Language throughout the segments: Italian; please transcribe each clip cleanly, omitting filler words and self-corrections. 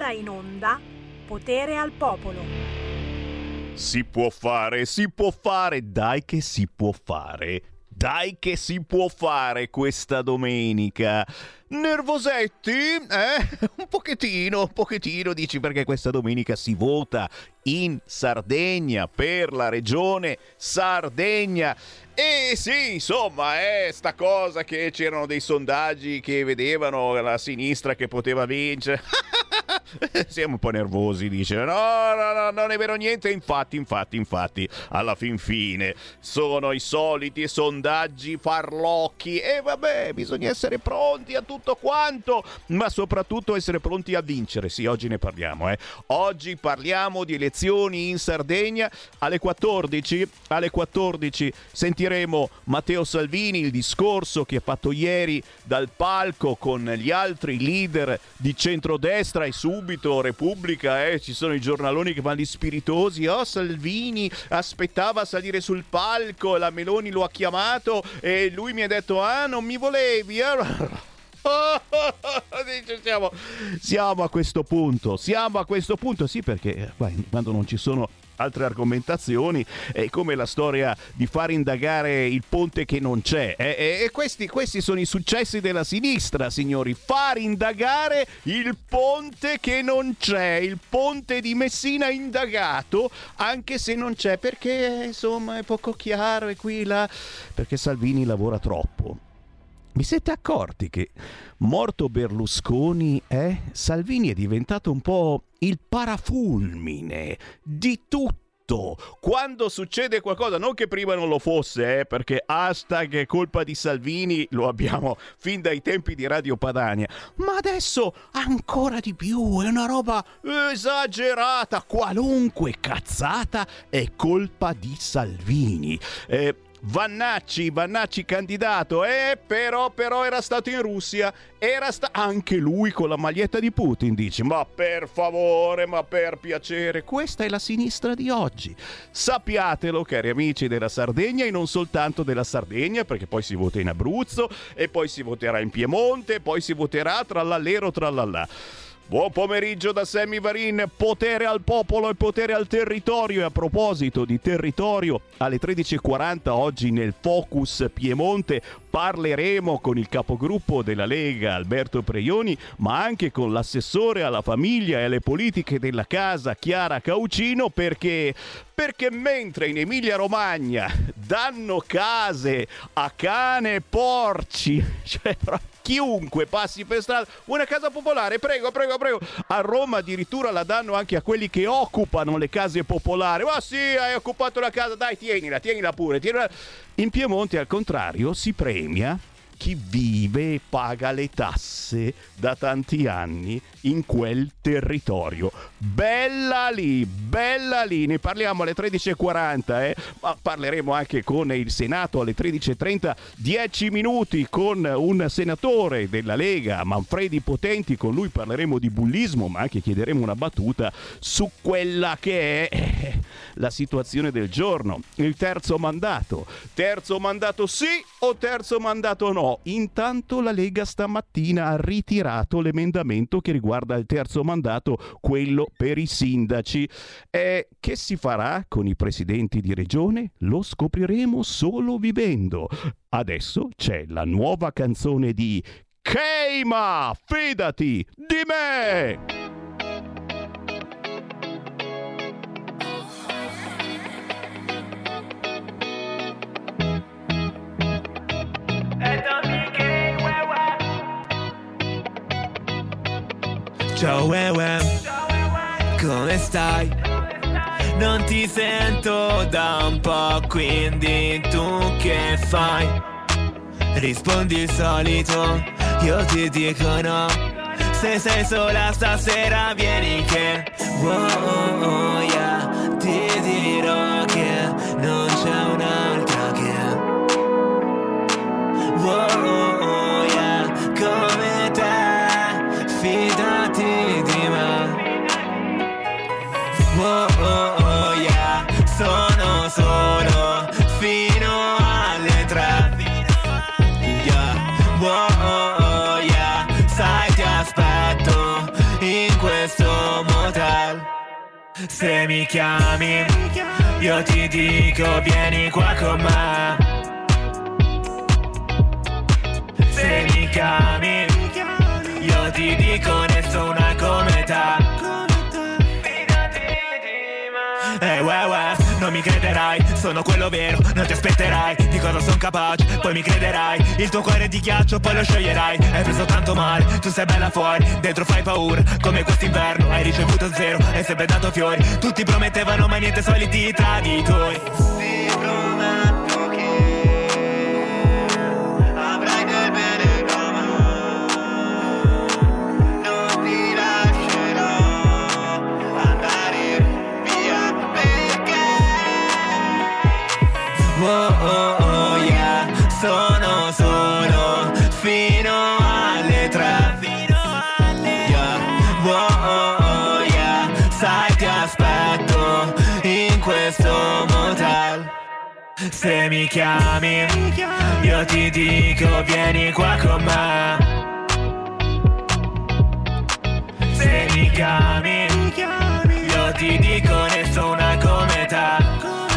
ora in onda Potere al Popolo. Si può fare, dai che si può fare. Dai che si può fare questa domenica. Nervosetti? Un pochettino, dici, perché questa domenica si vota in Sardegna, per la regione Sardegna. E sì, insomma, sta cosa che c'erano dei sondaggi che vedevano la sinistra che poteva vincere. Siamo un po' nervosi, dice. No, non è vero niente. Infatti, alla fin fine sono i soliti sondaggi farlocchi. E vabbè, bisogna essere pronti a tutto quanto, ma soprattutto essere pronti a vincere. Sì, oggi ne parliamo. Oggi parliamo di elezioni in Sardegna. Alle 14 sentiremo Matteo Salvini, il discorso che ha fatto ieri dal palco con gli altri leader di centrodestra, e subito Repubblica, ci sono i giornaloni che vanno di spiritosi. Salvini aspettava a salire sul palco, la Meloni lo ha chiamato e lui mi ha detto non mi volevi. Siamo a questo punto, sì, perché quando non ci sono altre argomentazioni è come la storia di far indagare il ponte che non c'è, e questi sono i successi della sinistra, signori. Far indagare il ponte che non c'è, il ponte di Messina indagato anche se non c'è, perché insomma è poco chiaro, e qui là, perché Salvini lavora troppo. Vi siete accorti che, morto Berlusconi, Salvini è diventato un po' il parafulmine di tutto? Quando succede qualcosa, non che prima non lo fosse, perché hashtag colpa di Salvini lo abbiamo fin dai tempi di Radio Padania, ma adesso ancora di più, è una roba esagerata. Qualunque cazzata è colpa di Salvini. Vannacci candidato, però era stato in Russia, anche lui con la maglietta di Putin, dici, ma per favore, ma per piacere. Questa è la sinistra di oggi, sappiatelo, cari amici della Sardegna, e non soltanto della Sardegna, perché poi si vota in Abruzzo e poi si voterà in Piemonte e poi si voterà trallallero trallallà. Buon pomeriggio da Sammy Varin. Potere al popolo e potere al territorio. E a proposito di territorio, alle 13.40 oggi nel Focus Piemonte parleremo con il capogruppo della Lega Alberto Preioni, ma anche con l'assessore alla famiglia e alle politiche della casa Chiara Caucino, perché mentre in Emilia Romagna danno case a cane e porci, cioè chiunque passi per strada, una casa popolare, prego. A Roma addirittura la danno anche a quelli che occupano le case popolari. Ma sì, hai occupato la casa, dai, tienila pure. In Piemonte, al contrario, si premia chi vive e paga le tasse da tanti anni in quel territorio. Bella lì, ne parliamo alle 13.40, ma parleremo anche con il Senato alle 13.30, 10 minuti con un senatore della Lega, Manfredi Potenti. Con lui parleremo di bullismo, ma anche chiederemo una battuta su quella che è la situazione del giorno, il terzo mandato sì o terzo mandato no. Intanto la Lega stamattina ha ritirato l'emendamento che riguarda il terzo mandato, quello per i sindaci. Che si farà con i presidenti di regione? Lo scopriremo solo vivendo. Adesso c'è la nuova canzone di Keima, fidati di me! Ciao Wewe, come stai? Non ti sento da un po', quindi tu che fai? Rispondi il solito, io ti dico no. Se sei sola stasera vieni che wow, yeah, ti dirò che non c'è un'altra che wow, yeah, come te, fidati di me. Wow, yeah, sono solo fino alle 3. Yeah, wow, yeah, sai ti aspetto in questo Se mi chiami, io ti dico vieni qua con me. Se mi chiami, io ti dico nessuna come te. Non mi crederai, sono quello vero, non ti aspetterai. Di cosa son capace, poi mi crederai. Il tuo cuore è di ghiaccio, poi lo scioglierai. Hai preso tanto male, tu sei bella fuori, dentro fai paura, come quest'inverno. Hai ricevuto zero, hai sempre dato fiori. Tutti promettevano ma niente, soliti traditori. Ti prometto che avrai del bene con me. Non ti lascerò andare via perché oh yeah, sono solo fino alle 3. Yeah, oh yeah, sai ti aspetto in questo motel. Se mi chiami, io ti dico vieni qua con me. Se mi chiami, io ti dico nessuna come te.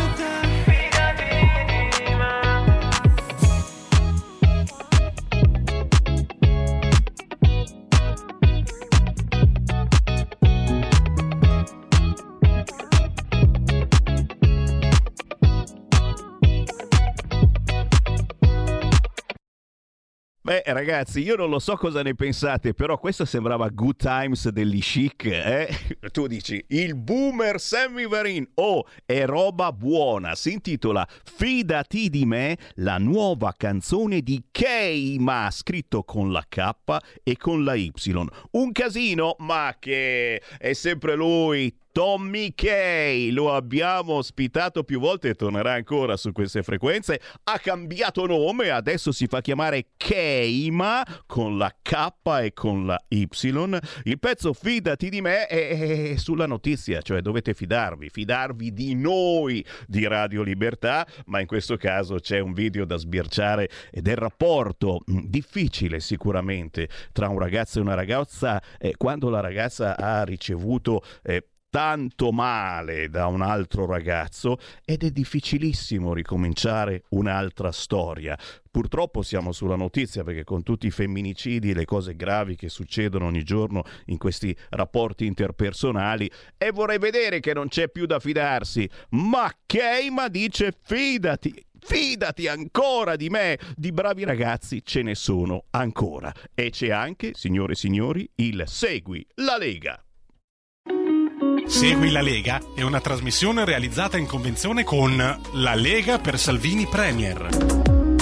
Beh, ragazzi, io non lo so cosa ne pensate, però questo sembrava Good Times degli Chic, eh? Tu dici, il boomer Sammy Varin, è roba buona, si intitola Fidati di me, la nuova canzone di Keima, scritto con la K e con la Y. Un casino, ma che è sempre lui, Tommy K, lo abbiamo ospitato più volte e tornerà ancora su queste frequenze. Ha cambiato nome, adesso si fa chiamare Keima con la K e con la Y. Il pezzo Fidati di me è sulla notizia, cioè dovete fidarvi di noi di Radio Libertà, ma in questo caso c'è un video da sbirciare del rapporto difficile sicuramente tra un ragazzo e una ragazza quando la ragazza ha ricevuto tanto male da un altro ragazzo ed è difficilissimo ricominciare un'altra storia. Purtroppo siamo sulla notizia perché con tutti i femminicidi e le cose gravi che succedono ogni giorno in questi rapporti interpersonali e vorrei vedere che non c'è più da fidarsi, ma Keima dice fidati ancora di me, di bravi ragazzi ce ne sono ancora e c'è anche, signore e signori, il Segui la Lega. Segui la Lega è una trasmissione realizzata in convenzione con La Lega per Salvini Premier.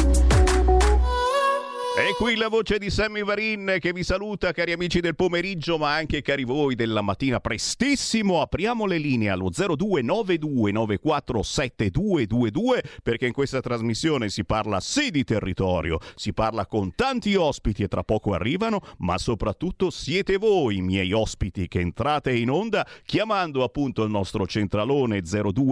E qui la voce di Sammy Varin che vi saluta, cari amici del pomeriggio, ma anche cari voi della mattina prestissimo. Apriamo le linee allo 0292947222 perché in questa trasmissione si parla sì di territorio, si parla con tanti ospiti e tra poco arrivano, ma soprattutto siete voi, miei ospiti, che entrate in onda chiamando appunto il nostro centralone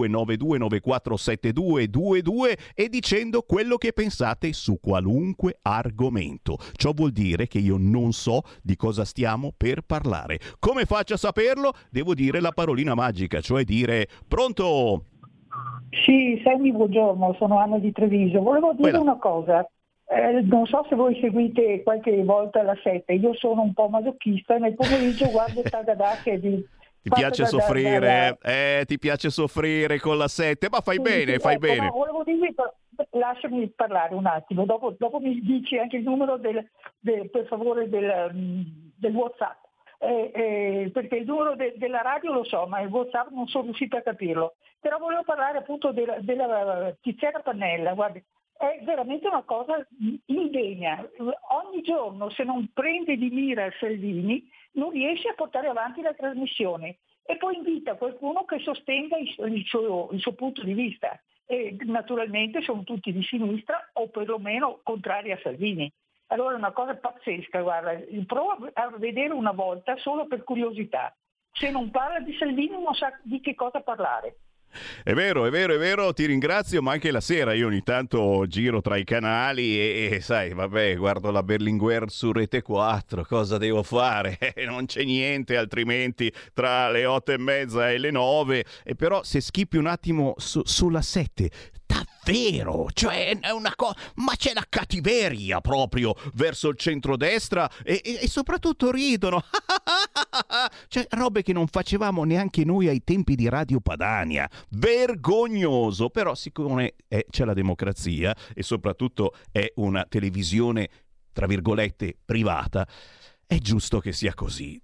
0292947222 e dicendo quello che pensate su qualunque argomento. Ciò vuol dire che io non so di cosa stiamo per parlare. Come faccio a saperlo? Devo dire la parolina magica, cioè dire pronto? Sì, Sammy, buongiorno, sono Anna di Treviso. Volevo dire una cosa. Non so se voi seguite qualche volta la 7, io sono un po' masochista e nel pomeriggio guardo Tagada che di... Ti piace soffrire, ti piace soffrire con la 7, ma fai bene. No, volevo dirvi, lasciami parlare un attimo, dopo mi dici anche il numero per favore del WhatsApp, perché il numero della radio lo so, ma il WhatsApp non sono riuscita a capirlo. Però volevo parlare appunto della Tiziana Pannella, guardi, è veramente una cosa indegna. Ogni giorno, se non prende di mira Salvini, non riesce a portare avanti la trasmissione e poi invita qualcuno che sostenga il suo punto di vista. E naturalmente sono tutti di sinistra o perlomeno contrari a Salvini. Allora è una cosa pazzesca, guarda, provo a vedere una volta solo per curiosità. Se non parla di Salvini non sa di che cosa parlare. È vero, è vero, è vero, ti ringrazio, ma anche la sera io ogni tanto giro tra i canali e sai, vabbè, guardo la Berlinguer su Rete 4, cosa devo fare? Non c'è niente altrimenti tra le 8:30 e le 9, e però se schippi un attimo sulla 7, davvero, cioè è una cosa, ma c'è la cattiveria proprio verso il centrodestra e soprattutto ridono, cioè robe che non facevamo neanche noi ai tempi di Radio Padania, vergognoso. Però siccome c'è la democrazia e soprattutto è una televisione tra virgolette privata, è giusto che sia così.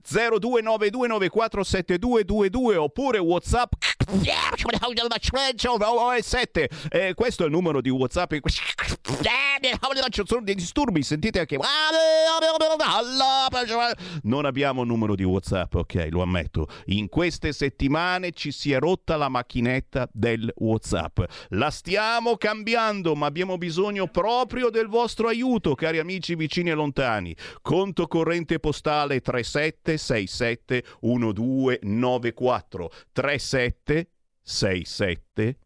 0292947222 oppure WhatsApp 7. Questo è il numero di WhatsApp. Sono dei disturbi, sentite anche. Non abbiamo numero di WhatsApp, ok, lo ammetto. In queste settimane ci si è rotta la macchinetta del WhatsApp. La stiamo cambiando, ma abbiamo bisogno proprio del vostro aiuto, cari amici vicini e lontani. Conto corrente postale 3767 1294 3767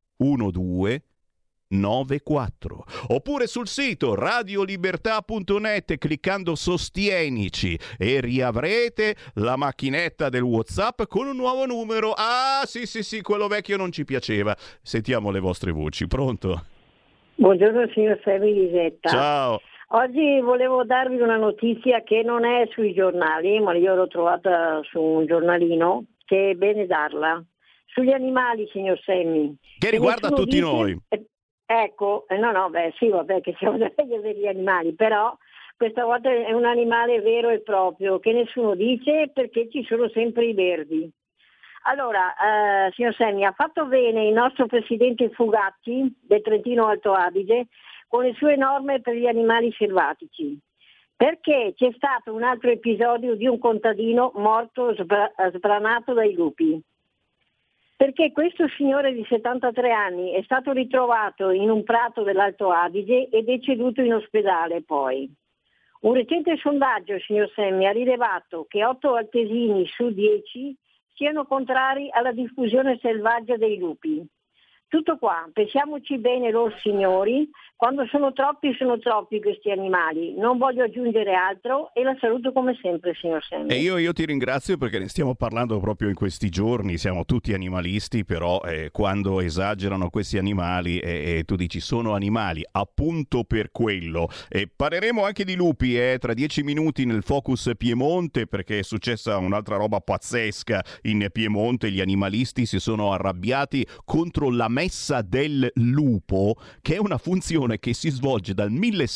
1294, oppure sul sito radiolibertà.net cliccando Sostienici e riavrete la macchinetta del WhatsApp con un nuovo numero. Ah sì, quello vecchio non ci piaceva. Sentiamo le vostre voci. Pronto? Buongiorno signor Semi Lisetta. Ciao. Oggi volevo darvi una notizia che non è sui giornali, ma io l'ho trovata su un giornalino, che è bene darla. Sugli animali, signor Semmi. Che riguarda tutti noi. Ecco, che siamo degli animali, però questa volta è un animale vero e proprio, che nessuno dice perché ci sono sempre i verdi. Allora, signor Semmi, ha fatto bene il nostro presidente Fugatti del Trentino Alto Adige con le sue norme per gli animali selvatici, perché c'è stato un altro episodio di un contadino morto sbranato dai lupi. Perché questo signore di 73 anni è stato ritrovato in un prato dell'Alto Adige e deceduto in ospedale poi. Un recente sondaggio, signor Semmi, ha rilevato che 8 altesini su 10 siano contrari alla diffusione selvaggia dei lupi. Tutto qua, pensiamoci bene loro signori, quando sono troppi questi animali. Non voglio aggiungere altro e la saluto come sempre, signor Semmi. E io ti ringrazio perché ne stiamo parlando proprio in questi giorni, siamo tutti animalisti, però quando esagerano questi animali tu dici sono animali, appunto per quello. Parleremo anche di lupi tra 10 minuti nel Focus Piemonte, perché è successa un'altra roba pazzesca in Piemonte. Gli animalisti si sono arrabbiati contro la messa del lupo, che è una funzione che si svolge dal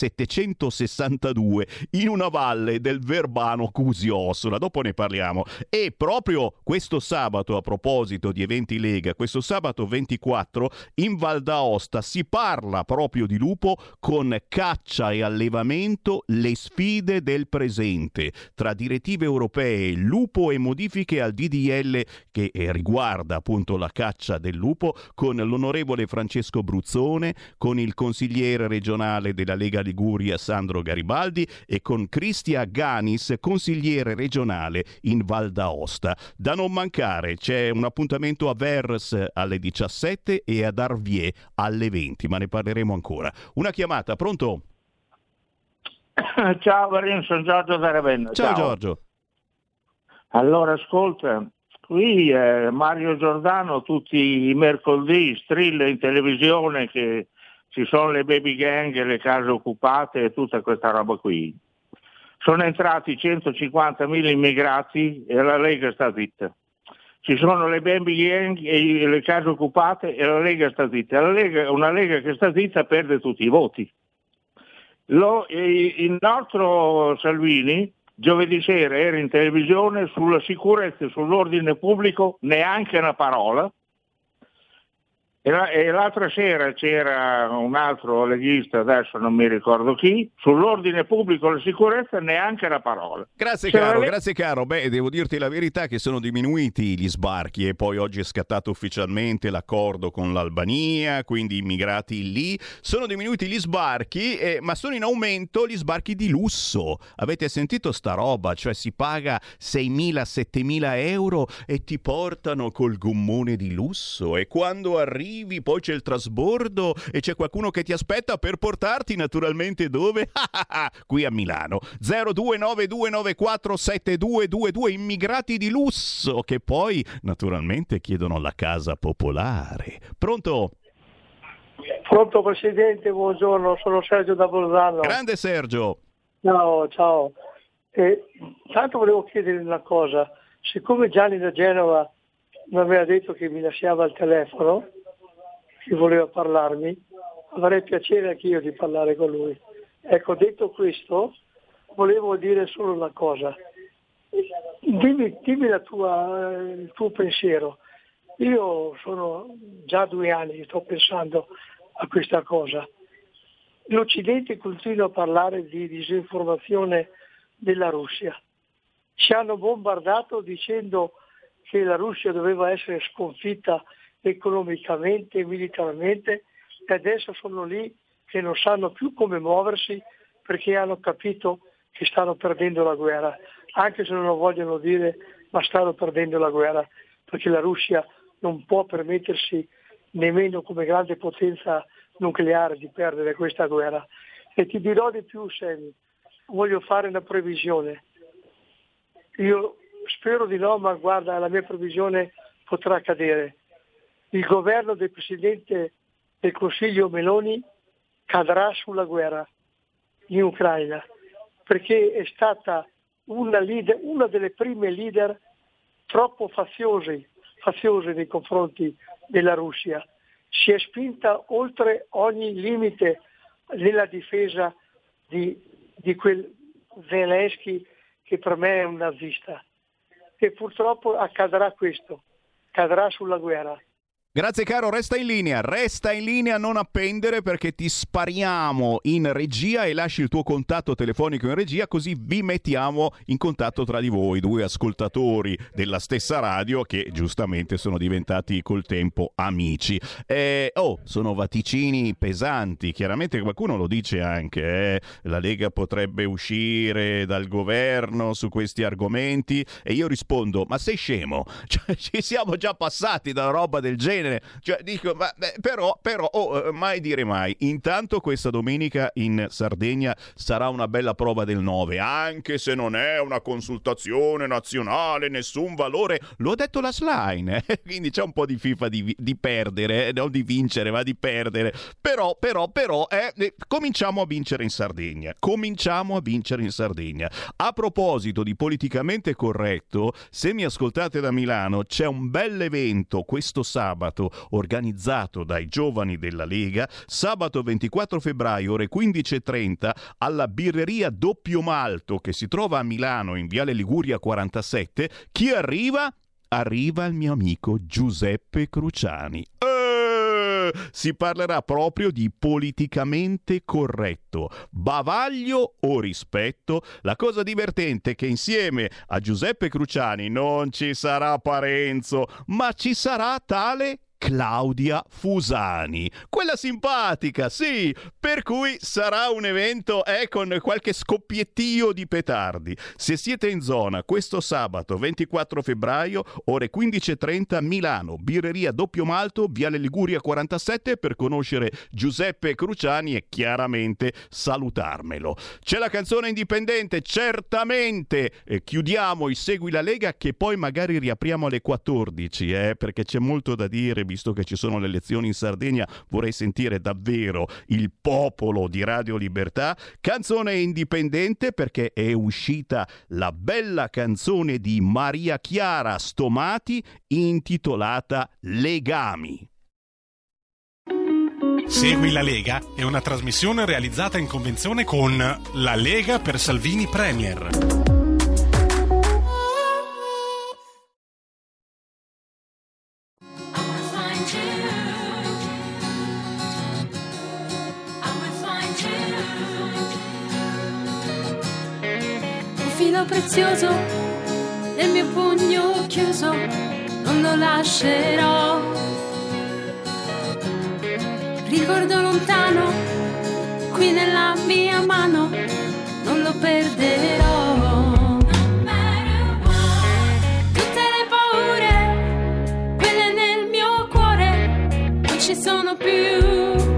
1762 in una valle del Verbano Cusio-Ossola. Dopo ne parliamo. E proprio questo sabato, a proposito di eventi Lega, questo sabato 24 in Val d'Aosta si parla proprio di lupo con Caccia e Allevamento, le sfide del presente, tra direttive europee, lupo e modifiche al DDL che riguarda appunto la caccia del lupo, con l'onorevole Francesco Bruzzone, con il consigliere regionale della Lega Liguria Sandro Garibaldi e con Cristia Ganis, consigliere regionale in Val d'Aosta. Da non mancare, c'è un appuntamento a Vers alle 17 e ad Arviers alle 20, ma ne parleremo ancora. Una chiamata, pronto? Ciao Marin, sono Giorgio da Ravenna. Ciao Giorgio. Allora ascolta, qui Mario Giordano tutti i mercoledì strilla in televisione che ci sono le baby gang, le case occupate e tutta questa roba qui. Sono entrati 150.000 immigrati e la Lega sta zitta. Ci sono le baby gang e le case occupate e la Lega sta zitta. Una Lega che sta zitta perde tutti i voti. Il nostro Salvini giovedì sera era in televisione sulla sicurezza e sull'ordine pubblico, neanche una parola. E l'altra sera c'era un altro leghista, adesso non mi ricordo chi, sull'ordine pubblico e la sicurezza neanche la parola. Grazie caro. Beh, devo dirti la verità che sono diminuiti gli sbarchi e poi oggi è scattato ufficialmente l'accordo con l'Albania, quindi immigrati lì. Sono diminuiti gli sbarchi, ma sono in aumento gli sbarchi di lusso. Avete sentito sta roba? Cioè si paga 6.000-7.000 euro e ti portano col gommone di lusso, e quando arrivi poi c'è il trasbordo e c'è qualcuno che ti aspetta per portarti naturalmente dove? Qui a Milano. 0292947222, immigrati di lusso che poi naturalmente chiedono la casa popolare. Pronto? Pronto Presidente, buongiorno, sono Sergio da Bolzano. Grande Sergio. Ciao. Tanto volevo chiedere una cosa, siccome Gianni da Genova mi aveva detto che mi lasciava il telefono, che voleva parlarmi, avrei piacere anch'io di parlare con lui. Ecco, detto questo, volevo dire solo una cosa. Dimmi il tuo pensiero. Io sono già 2 anni che sto pensando a questa cosa. L'Occidente continua a parlare di disinformazione della Russia. Ci hanno bombardato dicendo che la Russia doveva essere sconfitta economicamente e militarmente, e adesso sono lì che non sanno più come muoversi perché hanno capito che stanno perdendo la guerra, anche se non lo vogliono dire, ma stanno perdendo la guerra, perché la Russia non può permettersi nemmeno come grande potenza nucleare di perdere questa guerra. E ti dirò di più, Sammy, voglio fare una previsione. Io spero di no, ma guarda, la mia previsione potrà cadere. Il governo del Presidente del Consiglio Meloni cadrà sulla guerra in Ucraina, perché è stata una delle prime leader troppo faziose nei confronti della Russia. Si è spinta oltre ogni limite nella difesa di quel Zelensky che per me è un nazista. E purtroppo accadrà questo, cadrà sulla guerra. Grazie caro, resta in linea, non appendere perché ti spariamo in regia e lasci il tuo contatto telefonico in regia, così vi mettiamo in contatto tra di voi, 2 ascoltatori della stessa radio che giustamente sono diventati col tempo amici. Sono vaticini pesanti, chiaramente qualcuno lo dice anche, la Lega potrebbe uscire dal governo su questi argomenti, e io rispondo, ma sei scemo? Cioè, ci siamo già passati da roba del genere. Cioè, dico, mai dire mai. Intanto questa domenica in Sardegna sarà una bella prova del 9, anche se non è una consultazione nazionale, nessun valore, lo ha detto la Schlein, quindi c'è un po' di FIFA di perdere, non di vincere ma di perdere, però cominciamo a vincere in Sardegna. A proposito di politicamente corretto, se mi ascoltate da Milano c'è un bel evento questo sabato organizzato dai giovani della Lega, sabato 24 febbraio ore 15:30 alla birreria Doppio Malto che si trova a Milano in Viale Liguria 47. Chi arriva? Arriva il mio amico Giuseppe Cruciani. Si parlerà proprio di politicamente corretto, bavaglio o rispetto. La cosa divertente è che insieme a Giuseppe Cruciani non ci sarà Parenzo, ma ci sarà tale Claudia Fusani, quella simpatica, sì, per cui sarà un evento con qualche scoppiettio di petardi. Se siete in zona questo sabato 24 febbraio ore 15:30 Milano, birreria Doppio Malto, Viale Liguria 47, per conoscere Giuseppe Cruciani e chiaramente salutarmelo. C'è la canzone indipendente, certamente, chiudiamo il Segui la Lega, che poi magari riapriamo alle 14, perché c'è molto da dire. Visto che ci sono le elezioni in Sardegna, vorrei sentire davvero il popolo di Radio Libertà. Canzone indipendente perché è uscita la bella canzone di Maria Chiara Stomati intitolata Legami. Segui la Lega è una trasmissione realizzata in convenzione con La Lega per Salvini Premier. prezioso nel mio pugno chiuso, non lo lascerò. Ricordo lontano, qui nella mia mano, non lo perderò. Tutte le paure, quelle nel mio cuore, non ci sono più.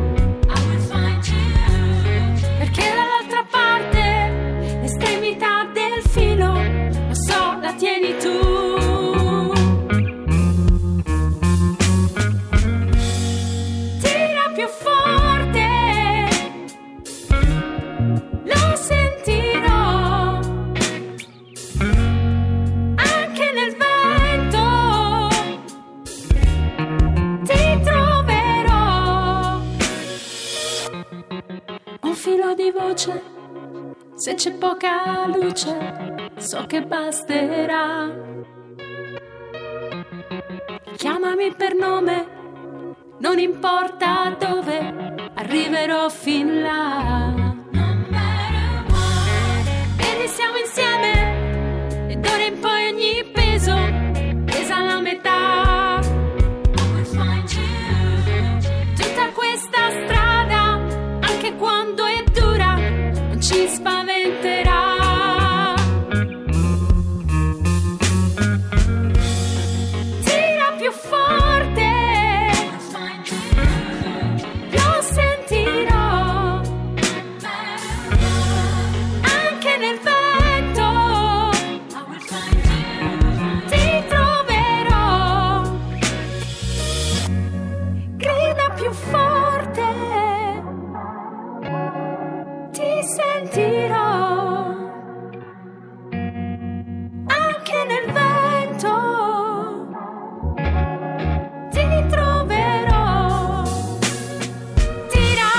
Perché dall'altra parte, l'estremità del filo, lo so, la tieni tu. Tira più forte, lo sentirò, anche nel vento ti troverò. Un filo di voce, se c'è poca luce, so che basterà. Chiamami per nome, non importa dove, arriverò fin là. E siamo insieme, e d'ora in poi ogni peso pesa alla metà. Tutta questa strada, anche quando è dura, non ci spaventerà. Tira più forte, lo sentirò, anche nel vento ti troverò. Grida più forte, ti sentirò, anche nel vento ti troverò. Tira,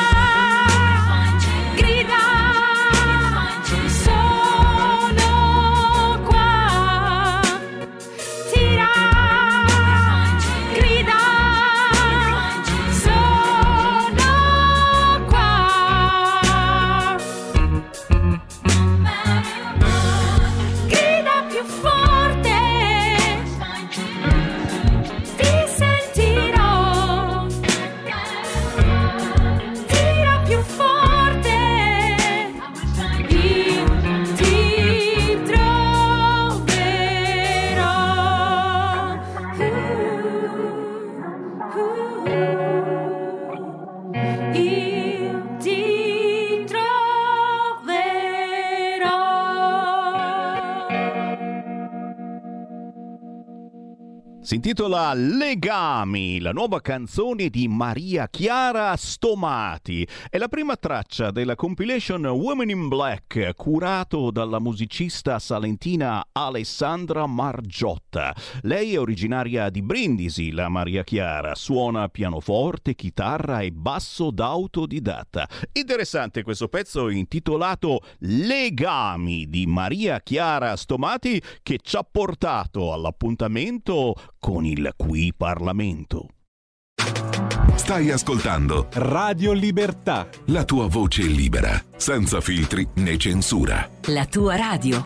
grida, sono qua. Tira, grida, sono qua. Grida più forte, ti sentirò. Tira più forte, io ti troverò. Io ti troverò. Si intitola Legami, la nuova canzone di Maria Chiara Stomati. È la prima traccia della compilation Women in Black, curato dalla musicista salentina Alessandra Margiotta. Lei è originaria di Brindisi, la Maria Chiara. Suona pianoforte, chitarra e basso da autodidatta. Interessante questo pezzo intitolato Legami di Maria Chiara Stomati, che ci ha portato all'appuntamento con il Qui Parlamento. Stai ascoltando Radio Libertà, la tua voce libera, senza filtri né censura. La tua radio.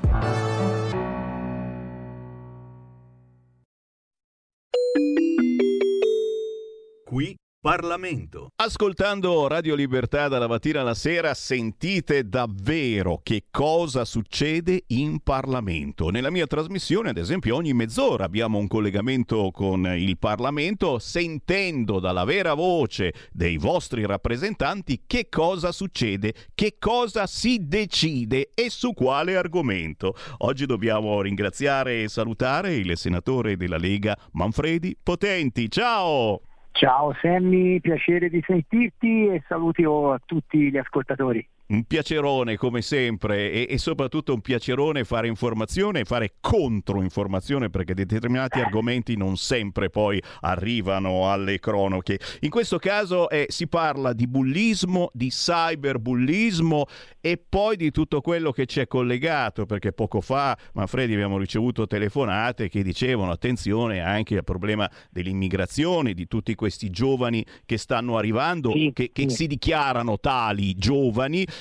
Qui Parlamento. Ascoltando Radio Libertà dalla mattina alla sera sentite davvero che cosa succede in Parlamento. Nella mia trasmissione, ad esempio, ogni mezz'ora abbiamo un collegamento con il Parlamento, sentendo dalla vera voce dei vostri rappresentanti che cosa succede, che cosa si decide e su quale argomento. Oggi dobbiamo ringraziare e salutare il senatore della Lega Manfredi Potenti. Ciao! Ciao Sammy, piacere di sentirti e saluti a tutti gli ascoltatori. Un piacerone come sempre e soprattutto un piacerone fare informazione e fare controinformazione, perché determinati argomenti non sempre poi arrivano alle cronache. In questo caso si parla di bullismo, di cyberbullismo e poi di tutto quello che ci è collegato, perché poco fa, Manfredi, abbiamo ricevuto telefonate che dicevano attenzione anche al problema dell'immigrazione, di tutti questi giovani che stanno arrivando, che si dichiarano tali giovani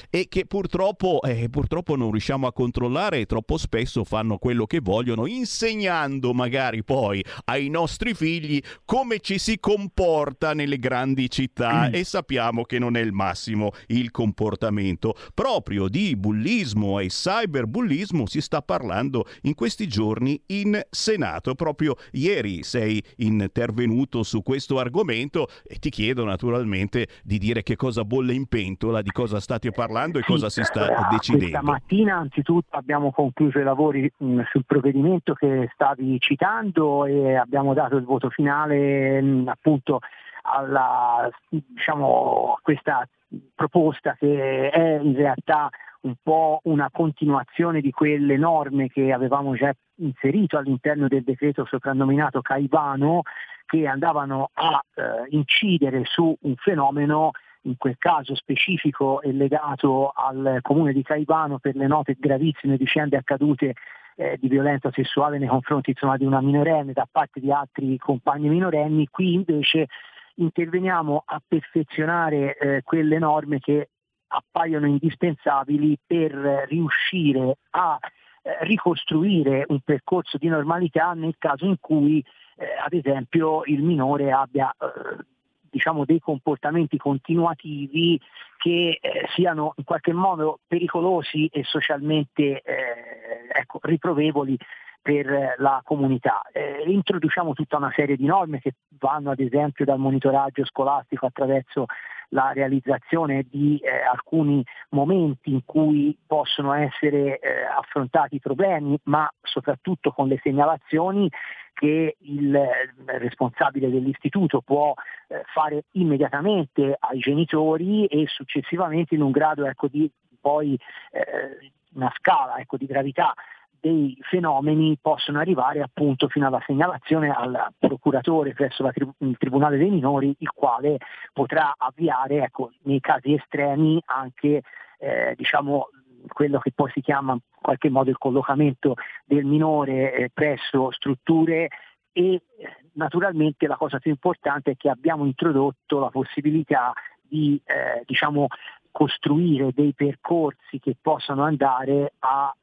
e che purtroppo non riusciamo a controllare, e troppo spesso fanno quello che vogliono, insegnando magari poi ai nostri figli come ci si comporta nelle grandi città, e sappiamo che non è il massimo il comportamento. Proprio di bullismo e cyberbullismo si sta parlando in questi giorni in Senato. Proprio ieri sei intervenuto su questo argomento e ti chiedo naturalmente di dire che cosa bolle in pentola, di cosa state parlando e cosa si sta decidendo. Questa mattina anzitutto abbiamo concluso i lavori sul provvedimento che stavi citando e abbiamo dato il voto finale appunto alla, diciamo, questa proposta che è in realtà un po' una continuazione di quelle norme che avevamo già inserito all'interno del decreto soprannominato Caivano, che andavano a incidere su un fenomeno, in quel caso specifico e legato al comune di Caivano per le note gravissime vicende accadute di violenza sessuale nei confronti insomma, di una minorenne da parte di altri compagni minorenni. Qui invece interveniamo a perfezionare quelle norme che appaiono indispensabili per riuscire a ricostruire un percorso di normalità nel caso in cui ad esempio il minore abbia diciamo dei comportamenti continuativi che siano in qualche modo pericolosi e socialmente riprovevoli per la comunità. Introduciamo tutta una serie di norme che vanno ad esempio dal monitoraggio scolastico attraverso la realizzazione di alcuni momenti in cui possono essere affrontati i problemi, ma soprattutto con le segnalazioni che il responsabile dell'istituto può fare immediatamente ai genitori e successivamente in un grado di poi una scala di gravità dei fenomeni possono arrivare appunto fino alla segnalazione al procuratore presso il Tribunale dei minori, il quale potrà avviare nei casi estremi anche quello che poi si chiama in qualche modo il collocamento del minore presso strutture. E naturalmente la cosa più importante è che abbiamo introdotto la possibilità di costruire dei percorsi che possano andare a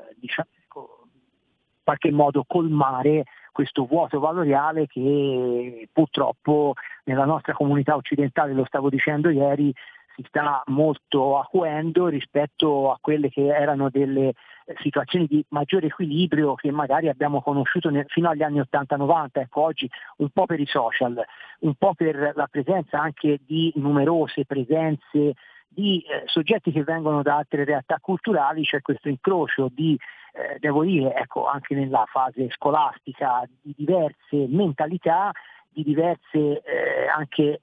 in qualche modo colmare questo vuoto valoriale che purtroppo nella nostra comunità occidentale, lo stavo dicendo ieri, si sta molto acuendo rispetto a quelle che erano delle situazioni di maggiore equilibrio che magari abbiamo conosciuto fino agli anni 80-90, oggi un po' per i social, un po' per la presenza anche di numerose presenze di soggetti che vengono da altre realtà culturali. C'è questo incrocio di devo dire anche nella fase scolastica di diverse mentalità, di diverse anche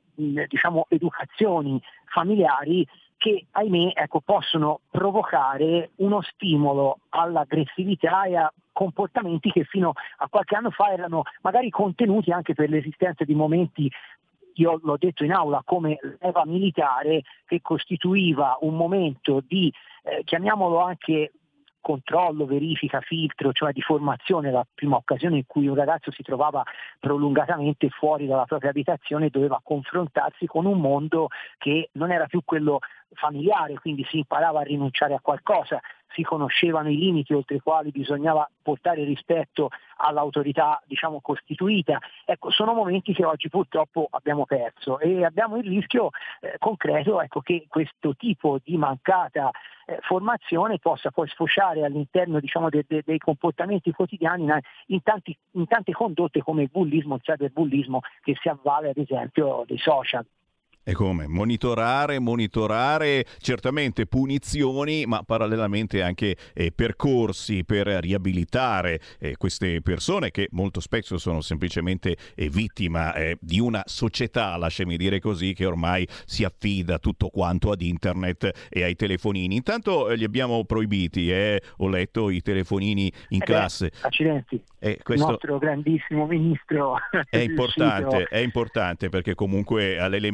educazioni familiari che ahimè possono provocare uno stimolo all'aggressività e a comportamenti che fino a qualche anno fa erano magari contenuti anche per l'esistenza di momenti, io l'ho detto in aula, come leva militare, che costituiva un momento di chiamiamolo anche controllo, verifica, filtro, cioè di formazione, la prima occasione in cui un ragazzo si trovava prolungatamente fuori dalla propria abitazione e doveva confrontarsi con un mondo che non era più quello familiare, quindi si imparava a rinunciare a qualcosa, si conoscevano i limiti oltre i quali bisognava portare rispetto all'autorità costituita. Sono momenti che oggi purtroppo abbiamo perso e abbiamo il rischio concreto che questo tipo di mancata formazione possa poi sfociare all'interno dei comportamenti quotidiani in tante condotte come il bullismo, il cyberbullismo, che si avvale ad esempio dei social. E come? Monitorare, certamente punizioni, ma parallelamente anche percorsi per riabilitare queste persone che molto spesso sono semplicemente vittima di una società, lasciami dire così, che ormai si affida tutto quanto ad internet e ai telefonini. Intanto li abbiamo proibiti, ho letto, i telefonini in classe. Accidenti. Questo il nostro grandissimo ministro è importante perché comunque alle elementari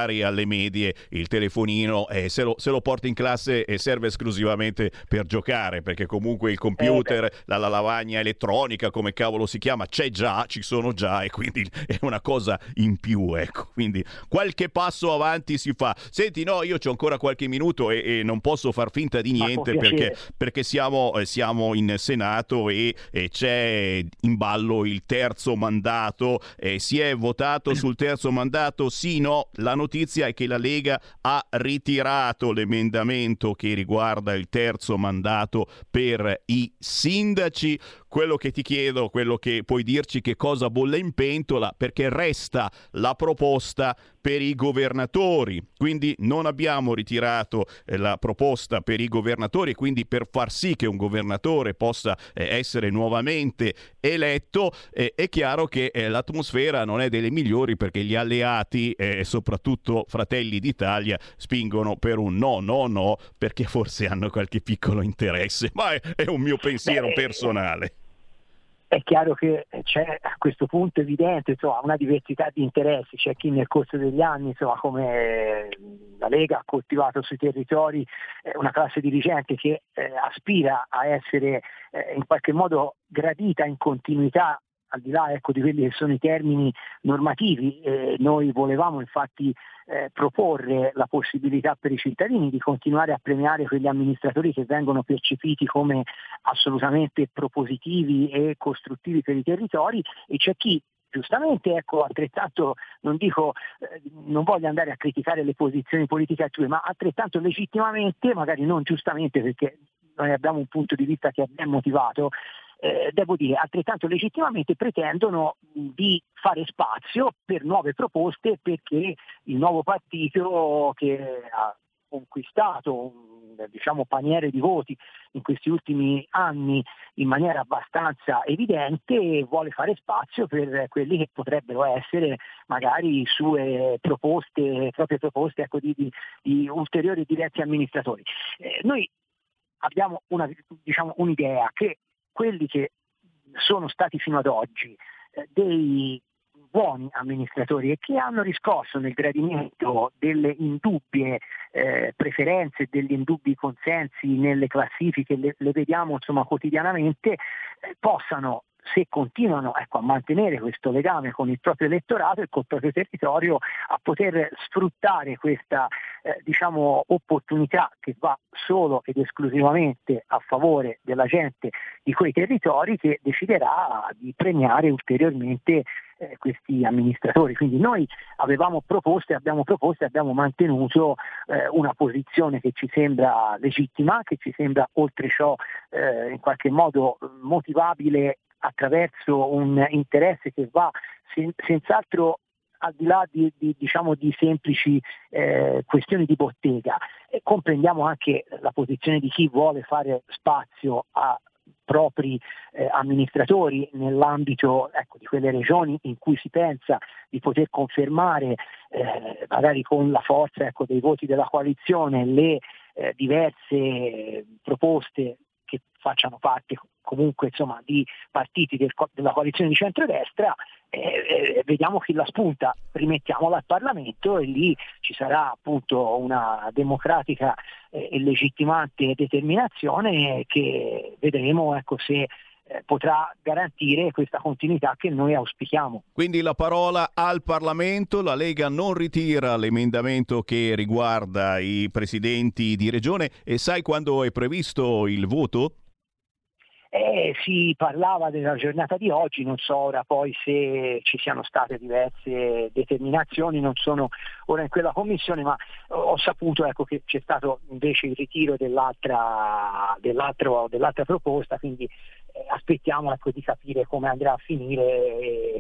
elementari alle medie il telefonino se lo porti in classe serve esclusivamente per giocare, perché comunque il computer, la lavagna elettronica, come cavolo si chiama, ci sono già, e quindi è una cosa in più, ecco. Quindi qualche passo avanti si fa. Senti, no, io c'ho ancora qualche minuto e non posso far finta di niente, perché siamo in Senato e c'è in ballo il terzo mandato. Si è votato sul terzo mandato? Sì, no? La notizia è che la Lega ha ritirato l'emendamento che riguarda il terzo mandato per i sindaci. Quello che ti chiedo, quello che puoi dirci, che cosa bolle in pentola, perché resta la proposta per i governatori, quindi non abbiamo ritirato la proposta per i governatori, quindi per far sì che un governatore possa essere nuovamente eletto. È chiaro che l'atmosfera non è delle migliori, perché gli alleati, soprattutto Fratelli d'Italia, spingono per un no, perché forse hanno qualche piccolo interesse, ma è un mio pensiero personale. È chiaro che c'è a questo punto evidente, insomma, una diversità di interessi. C'è chi nel corso degli anni, insomma, come la Lega, ha coltivato sui territori una classe dirigente che aspira a essere in qualche modo gradita in continuità, al di là, ecco, di quelli che sono i termini normativi. Noi volevamo infatti proporre la possibilità per i cittadini di continuare a premiare quegli amministratori che vengono percepiti come assolutamente propositivi e costruttivi per i territori, e c'è chi giustamente, ecco, altrettanto, non voglio andare a criticare le posizioni politiche altrui, ma altrettanto legittimamente, magari non giustamente, perché noi abbiamo un punto di vista che è ben motivato, devo dire altrettanto legittimamente pretendono di fare spazio per nuove proposte, perché il nuovo partito che ha conquistato paniere di voti in questi ultimi anni in maniera abbastanza evidente vuole fare spazio per quelli che potrebbero essere magari sue proposte, proprie proposte, ecco, di ulteriori diretti amministratori. Noi abbiamo un'idea che quelli che sono stati fino ad oggi dei buoni amministratori e che hanno riscosso nel gradimento delle indubbie preferenze, degli indubbi consensi nelle classifiche, le vediamo insomma quotidianamente, possano, se continuano, ecco, a mantenere questo legame con il proprio elettorato e col proprio territorio, a poter sfruttare questa opportunità che va solo ed esclusivamente a favore della gente di quei territori, che deciderà di premiare ulteriormente questi amministratori. Quindi noi abbiamo proposto e abbiamo mantenuto una posizione che ci sembra legittima, che ci sembra oltre ciò in qualche modo motivabile attraverso un interesse che va senz'altro al di là di semplici questioni di bottega. Comprendiamo anche la posizione di chi vuole fare spazio a propri amministratori nell'ambito, ecco, di quelle regioni in cui si pensa di poter confermare magari con la forza, ecco, dei voti della coalizione le diverse proposte che facciano parte comunque, insomma, di partiti della coalizione di centrodestra. Vediamo chi la spunta, rimettiamola al Parlamento, e lì ci sarà appunto una democratica e legittimante determinazione che vedremo, ecco, se potrà garantire questa continuità che noi auspichiamo. Quindi la parola al Parlamento. La Lega non ritira l'emendamento che riguarda i presidenti di regione. E sai quando è previsto il voto? Si parlava della giornata di oggi, non so ora poi se ci siano state diverse determinazioni, non sono ora in quella commissione, ma ho saputo, ecco, che c'è stato invece il ritiro dell'altra proposta, quindi aspettiamo, ecco, di capire come andrà a finire.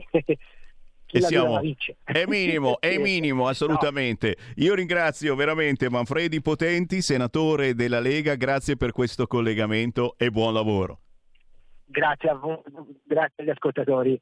È minimo, assolutamente. No. Io ringrazio veramente Manfredi Potenti, senatore della Lega, grazie per questo collegamento e buon lavoro. Grazie a voi, grazie agli ascoltatori.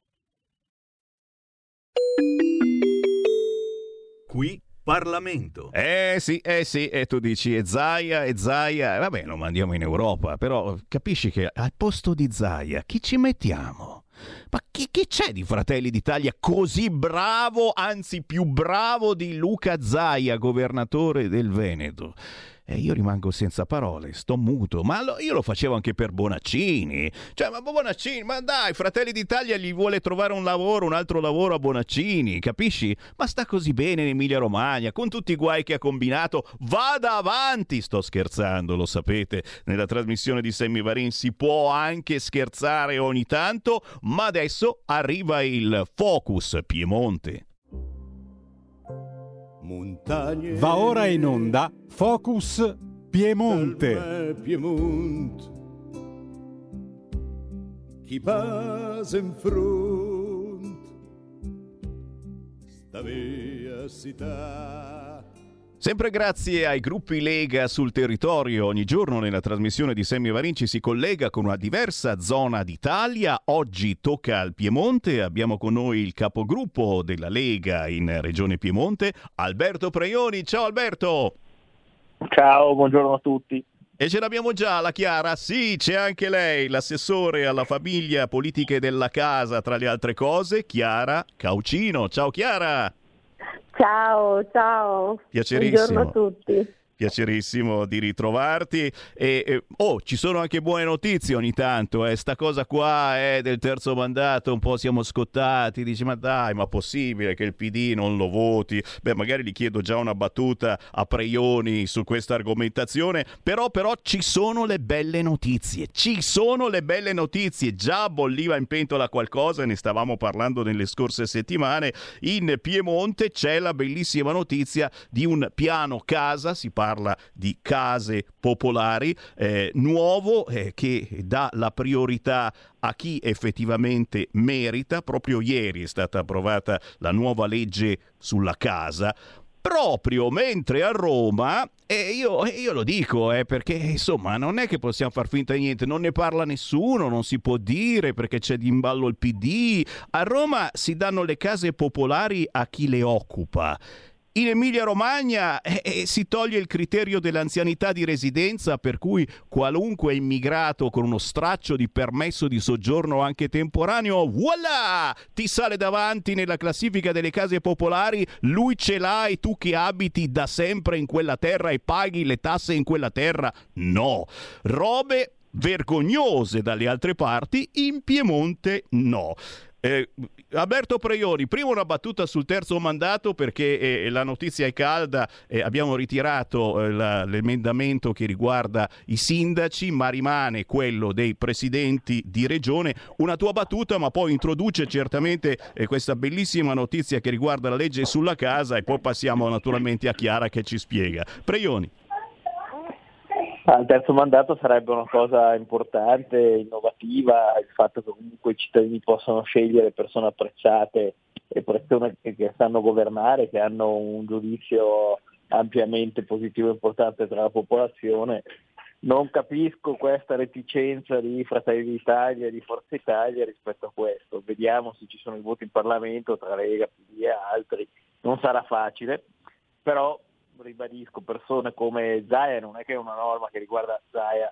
Qui Parlamento. Sì, e tu dici è Zaia, vabbè, lo mandiamo in Europa, però capisci che al posto di Zaia chi ci mettiamo? Ma che c'è di Fratelli d'Italia così bravo, anzi più bravo di Luca Zaia, governatore del Veneto? Io rimango senza parole, sto muto, ma io lo facevo anche per Bonaccini. Cioè, ma Bonaccini, ma dai, Fratelli d'Italia gli vuole trovare un altro lavoro a Bonaccini, capisci? Ma sta così bene in Emilia Romagna, con tutti i guai che ha combinato, vada avanti! Sto scherzando, lo sapete, nella trasmissione di Sammy Varin si può anche scherzare ogni tanto, ma adesso arriva il Focus Piemonte. Va ora in onda Focus Piemonte. Chi passa in front sta via città. Sempre grazie ai gruppi Lega sul territorio, ogni giorno nella trasmissione di Sammy Varin ci si collega con una diversa zona d'Italia. Oggi tocca al Piemonte, abbiamo con noi il capogruppo della Lega in Regione Piemonte, Alberto Preioni. Ciao Alberto! Ciao, buongiorno a tutti. E ce l'abbiamo già la Chiara? Sì, c'è anche lei, l'assessore alla famiglia, politiche della casa, tra le altre cose, Chiara Caucino. Ciao Chiara! Ciao. Piacerissimo. Buongiorno a tutti. Piacerissimo di ritrovarti. Ci sono anche buone notizie ogni tanto. Sta cosa qua del terzo mandato, un po' siamo scottati. Dici, ma dai, ma possibile che il PD non lo voti? Beh, magari gli chiedo già una battuta a Preioni su questa argomentazione. Però ci sono le belle notizie. Già bolliva in pentola qualcosa, ne stavamo parlando nelle scorse settimane. In Piemonte c'è la bellissima notizia di un piano casa, si parla di case popolari nuovo che dà la priorità a chi effettivamente merita. Proprio ieri è stata approvata la nuova legge sulla casa, proprio mentre a Roma, io lo dico perché insomma non è che possiamo far finta di niente, non ne parla nessuno, non si può dire perché c'è in ballo il PD. A Roma si danno le case popolari a chi le occupa. In Emilia Romagna si toglie il criterio dell'anzianità di residenza, per cui qualunque immigrato con uno straccio di permesso di soggiorno anche temporaneo, voilà, ti sale davanti nella classifica delle case popolari. Lui ce l'hai, tu che abiti da sempre in quella terra e paghi le tasse in quella terra? No, robe vergognose dalle altre parti, in Piemonte no. Alberto Preioni, prima una battuta sul terzo mandato perché la notizia è calda, abbiamo ritirato l'emendamento che riguarda i sindaci, ma rimane quello dei presidenti di regione. Una tua battuta, ma poi introduce certamente questa bellissima notizia che riguarda la legge sulla casa e poi passiamo naturalmente a Chiara che ci spiega. Preioni. Il terzo mandato sarebbe una cosa importante, innovativa, il fatto che comunque i cittadini possano scegliere persone apprezzate e persone che sanno governare, che hanno un giudizio ampiamente positivo e importante tra la popolazione. Non capisco questa reticenza di Fratelli d'Italia e di Forza Italia rispetto a questo. Vediamo se ci sono i voti in Parlamento tra Lega, PD e altri. Non sarà facile, però ribadisco, persone come Zaia non è che è una norma che riguarda Zaia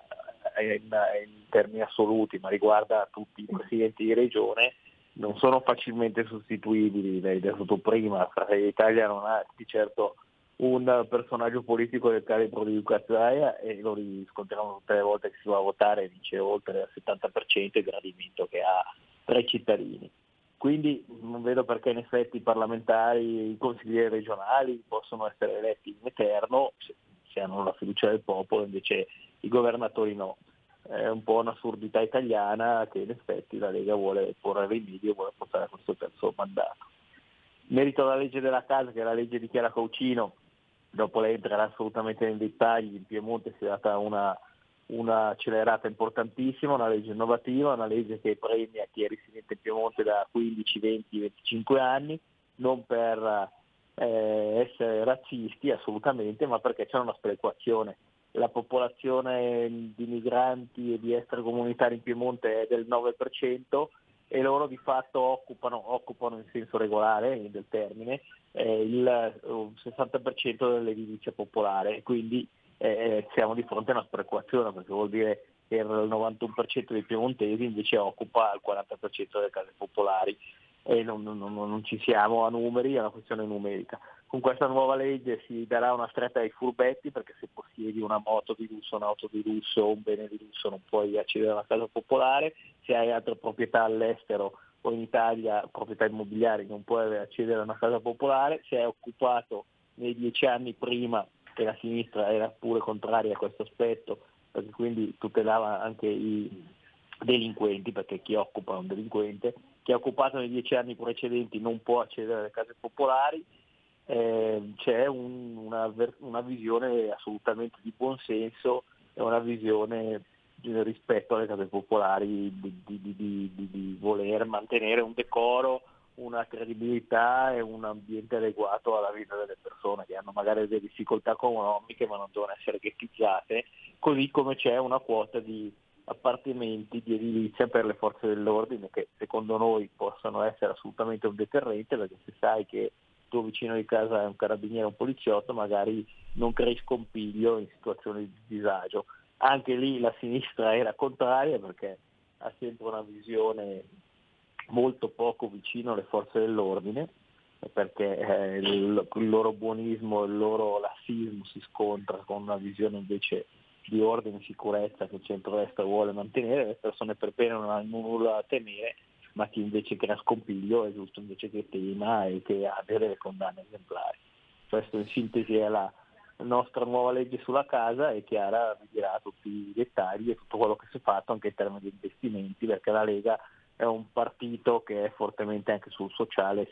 in termini assoluti, ma riguarda tutti i presidenti di regione, non sono facilmente sostituibili. Lei ha detto prima, Fratelli d'Italia non ha di certo un personaggio politico del calibro di Luca Zaia e lo riscontriamo tutte le volte che si va a votare e vince oltre il 70% il gradimento che ha tra i cittadini. Quindi non vedo perché in effetti i parlamentari, i consiglieri regionali possono essere eletti in eterno se hanno la fiducia del popolo, invece i governatori no. È un po' un'assurdità italiana che in effetti la Lega vuole porre rimedio e vuole portare a questo terzo mandato. In merito alla legge della casa, che è la legge di Chiara Caucino, dopo lei entrerà assolutamente nei dettagli, in Piemonte si è data una accelerata importantissima, una legge innovativa, una legge che premia chi è residente in Piemonte da 15, 20, 25 anni, non per essere razzisti assolutamente, ma perché c'è una sperequazione. La popolazione di migranti e di extracomunitari in Piemonte è del 9% e loro di fatto occupano in senso regolare del termine il 60% dell'edilizia popolare, quindi siamo di fronte a una sperequazione, perché vuol dire per il 91% dei piemontesi, invece occupa il 40% delle case popolari, e non ci siamo a numeri, è una questione numerica. Con questa nuova legge si darà una stretta ai furbetti, perché se possiedi una moto di lusso, un'auto di lusso o un bene di lusso non puoi accedere a una casa popolare. Se hai altre proprietà all'estero o in Italia, proprietà immobiliari, non puoi accedere a una casa popolare. Se hai occupato nei 10 anni prima, e la sinistra era pure contraria a questo aspetto, perché quindi tutelava anche i delinquenti, perché chi occupa è un delinquente, chi ha occupato nei 10 anni precedenti non può accedere alle case popolari. C'è una visione assolutamente di buonsenso e una visione rispetto alle case popolari di voler mantenere un decoro, una credibilità e un ambiente adeguato alla vita delle persone che hanno magari delle difficoltà economiche ma non devono essere ghettizzate, così come c'è una quota di appartamenti di edilizia per le forze dell'ordine che secondo noi possono essere assolutamente un deterrente, perché se sai che tuo vicino di casa è un carabiniere o un poliziotto magari non crei scompiglio in situazioni di disagio. Anche lì la sinistra era contraria, perché ha sempre una visione molto poco vicino alle forze dell'ordine, perché il loro buonismo, il loro lassismo si scontra con una visione invece di ordine e sicurezza che il centrodestra vuole mantenere. Le persone per bene non hanno nulla da temere, ma chi invece crea scompiglio è giusto invece che tema e che ha delle condanne esemplari. Questo in sintesi è la nostra nuova legge sulla casa, e Chiara vi dirà tutti i dettagli e tutto quello che si è fatto anche in termini di investimenti, perché la Lega è un partito che è fortemente anche sul sociale,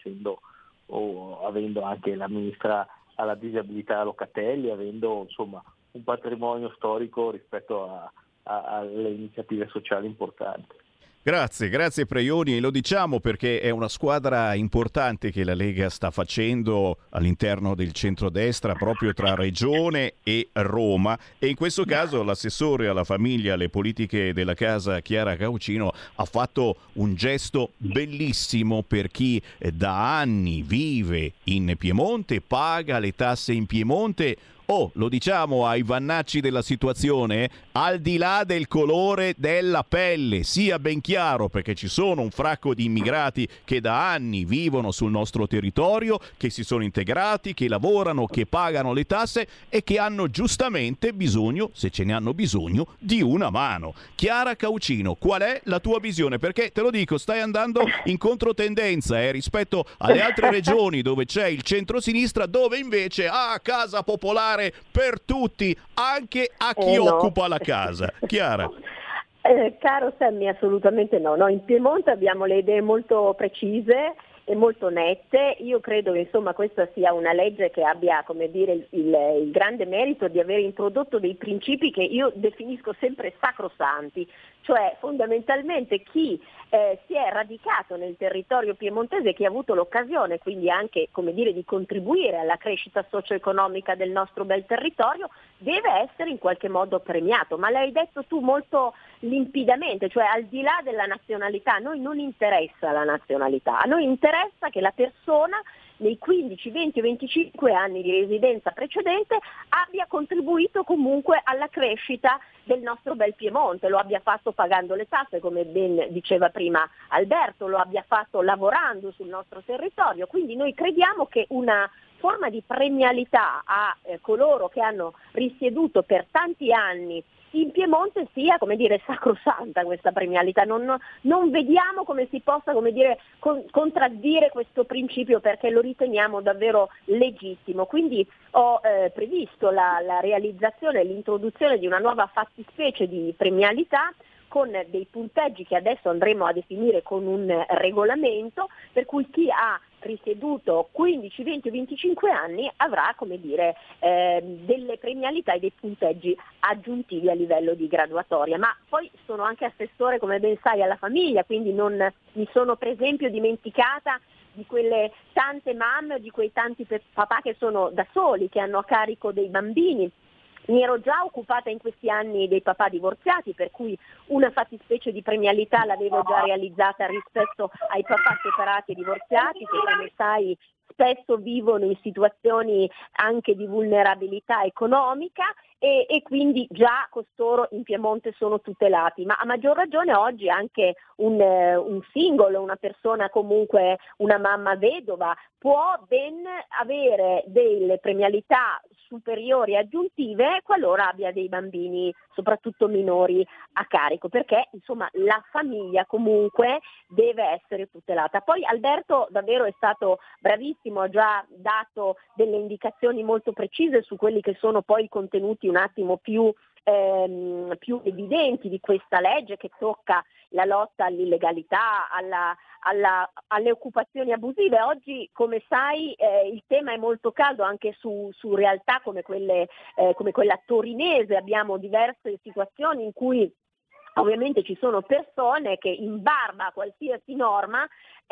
avendo anche la ministra alla disabilità Locatelli, avendo insomma un patrimonio storico rispetto alle iniziative sociali importanti. Grazie Preioni, e lo diciamo perché è una squadra importante che la Lega sta facendo all'interno del centrodestra, proprio tra Regione e Roma, e in questo caso l'assessore alla famiglia e alle politiche della casa Chiara Caucino ha fatto un gesto bellissimo per chi da anni vive in Piemonte, paga le tasse in Piemonte. Lo diciamo ai vannacci della situazione, al di là del colore della pelle, sia ben chiaro, perché ci sono un fracco di immigrati che da anni vivono sul nostro territorio, che si sono integrati, che lavorano, che pagano le tasse e che hanno giustamente bisogno, se ce ne hanno bisogno, di una mano. Chiara Caucino, qual è la tua visione? Perché te lo dico, stai andando in controtendenza rispetto alle altre regioni dove c'è il centro-sinistra, dove invece casa popolare per tutti, anche a chi occupa la casa. Chiara? Caro Sammy, assolutamente no. In Piemonte abbiamo le idee molto precise e molto nette. Io credo che insomma questa sia una legge che abbia, come dire, il grande merito di aver introdotto dei principi che io definisco sempre sacrosanti, cioè fondamentalmente chi si è radicato nel territorio piemontese, che ha avuto l'occasione quindi anche, come dire, di contribuire alla crescita socio-economica del nostro bel territorio, deve essere in qualche modo premiato. Ma l'hai detto tu molto limpidamente, cioè al di là della nazionalità, a noi non interessa la nazionalità, a noi interessa che la persona nei 15, 20 o 25 anni di residenza precedente abbia contribuito comunque alla crescita del nostro bel Piemonte, lo abbia fatto pagando le tasse, come ben diceva prima Alberto, lo abbia fatto lavorando sul nostro territorio. Quindi noi crediamo che una forma di premialità a coloro che hanno risieduto per tanti anni in Piemonte sia, come dire, sacrosanta questa premialità. Non vediamo come si possa, come dire, contraddire questo principio, perché lo riteniamo davvero legittimo. Quindi ho previsto la realizzazione e l'introduzione di una nuova fattispecie di premialità con dei punteggi che adesso andremo a definire con un regolamento, per cui chi ha risieduto 15, 20 o 25 anni avrà, come dire, delle premialità e dei punteggi aggiuntivi a livello di graduatoria. Ma poi sono anche assessore, come ben sai, alla famiglia, quindi non mi sono per esempio dimenticata di quelle tante mamme o di quei tanti papà che sono da soli, che hanno a carico dei bambini. Mi ero già occupata in questi anni dei papà divorziati, per cui una fattispecie di premialità l'avevo già realizzata rispetto ai papà separati e divorziati, che come sai spesso vivono in situazioni anche di vulnerabilità economica, e quindi già costoro in Piemonte sono tutelati, ma a maggior ragione oggi anche un singolo, una persona comunque, una mamma vedova, può ben avere delle premialità superiori aggiuntive qualora abbia dei bambini, soprattutto minori, a carico, perché insomma la famiglia comunque deve essere tutelata. Poi Alberto davvero è stato bravissimo, ha già dato delle indicazioni molto precise su quelli che sono poi i contenuti un attimo più evidenti di questa legge, che tocca la lotta all'illegalità, alle occupazioni abusive. Oggi, come sai, il tema è molto caldo anche su realtà come quella torinese. Abbiamo diverse situazioni in cui ovviamente ci sono persone che in barba a qualsiasi norma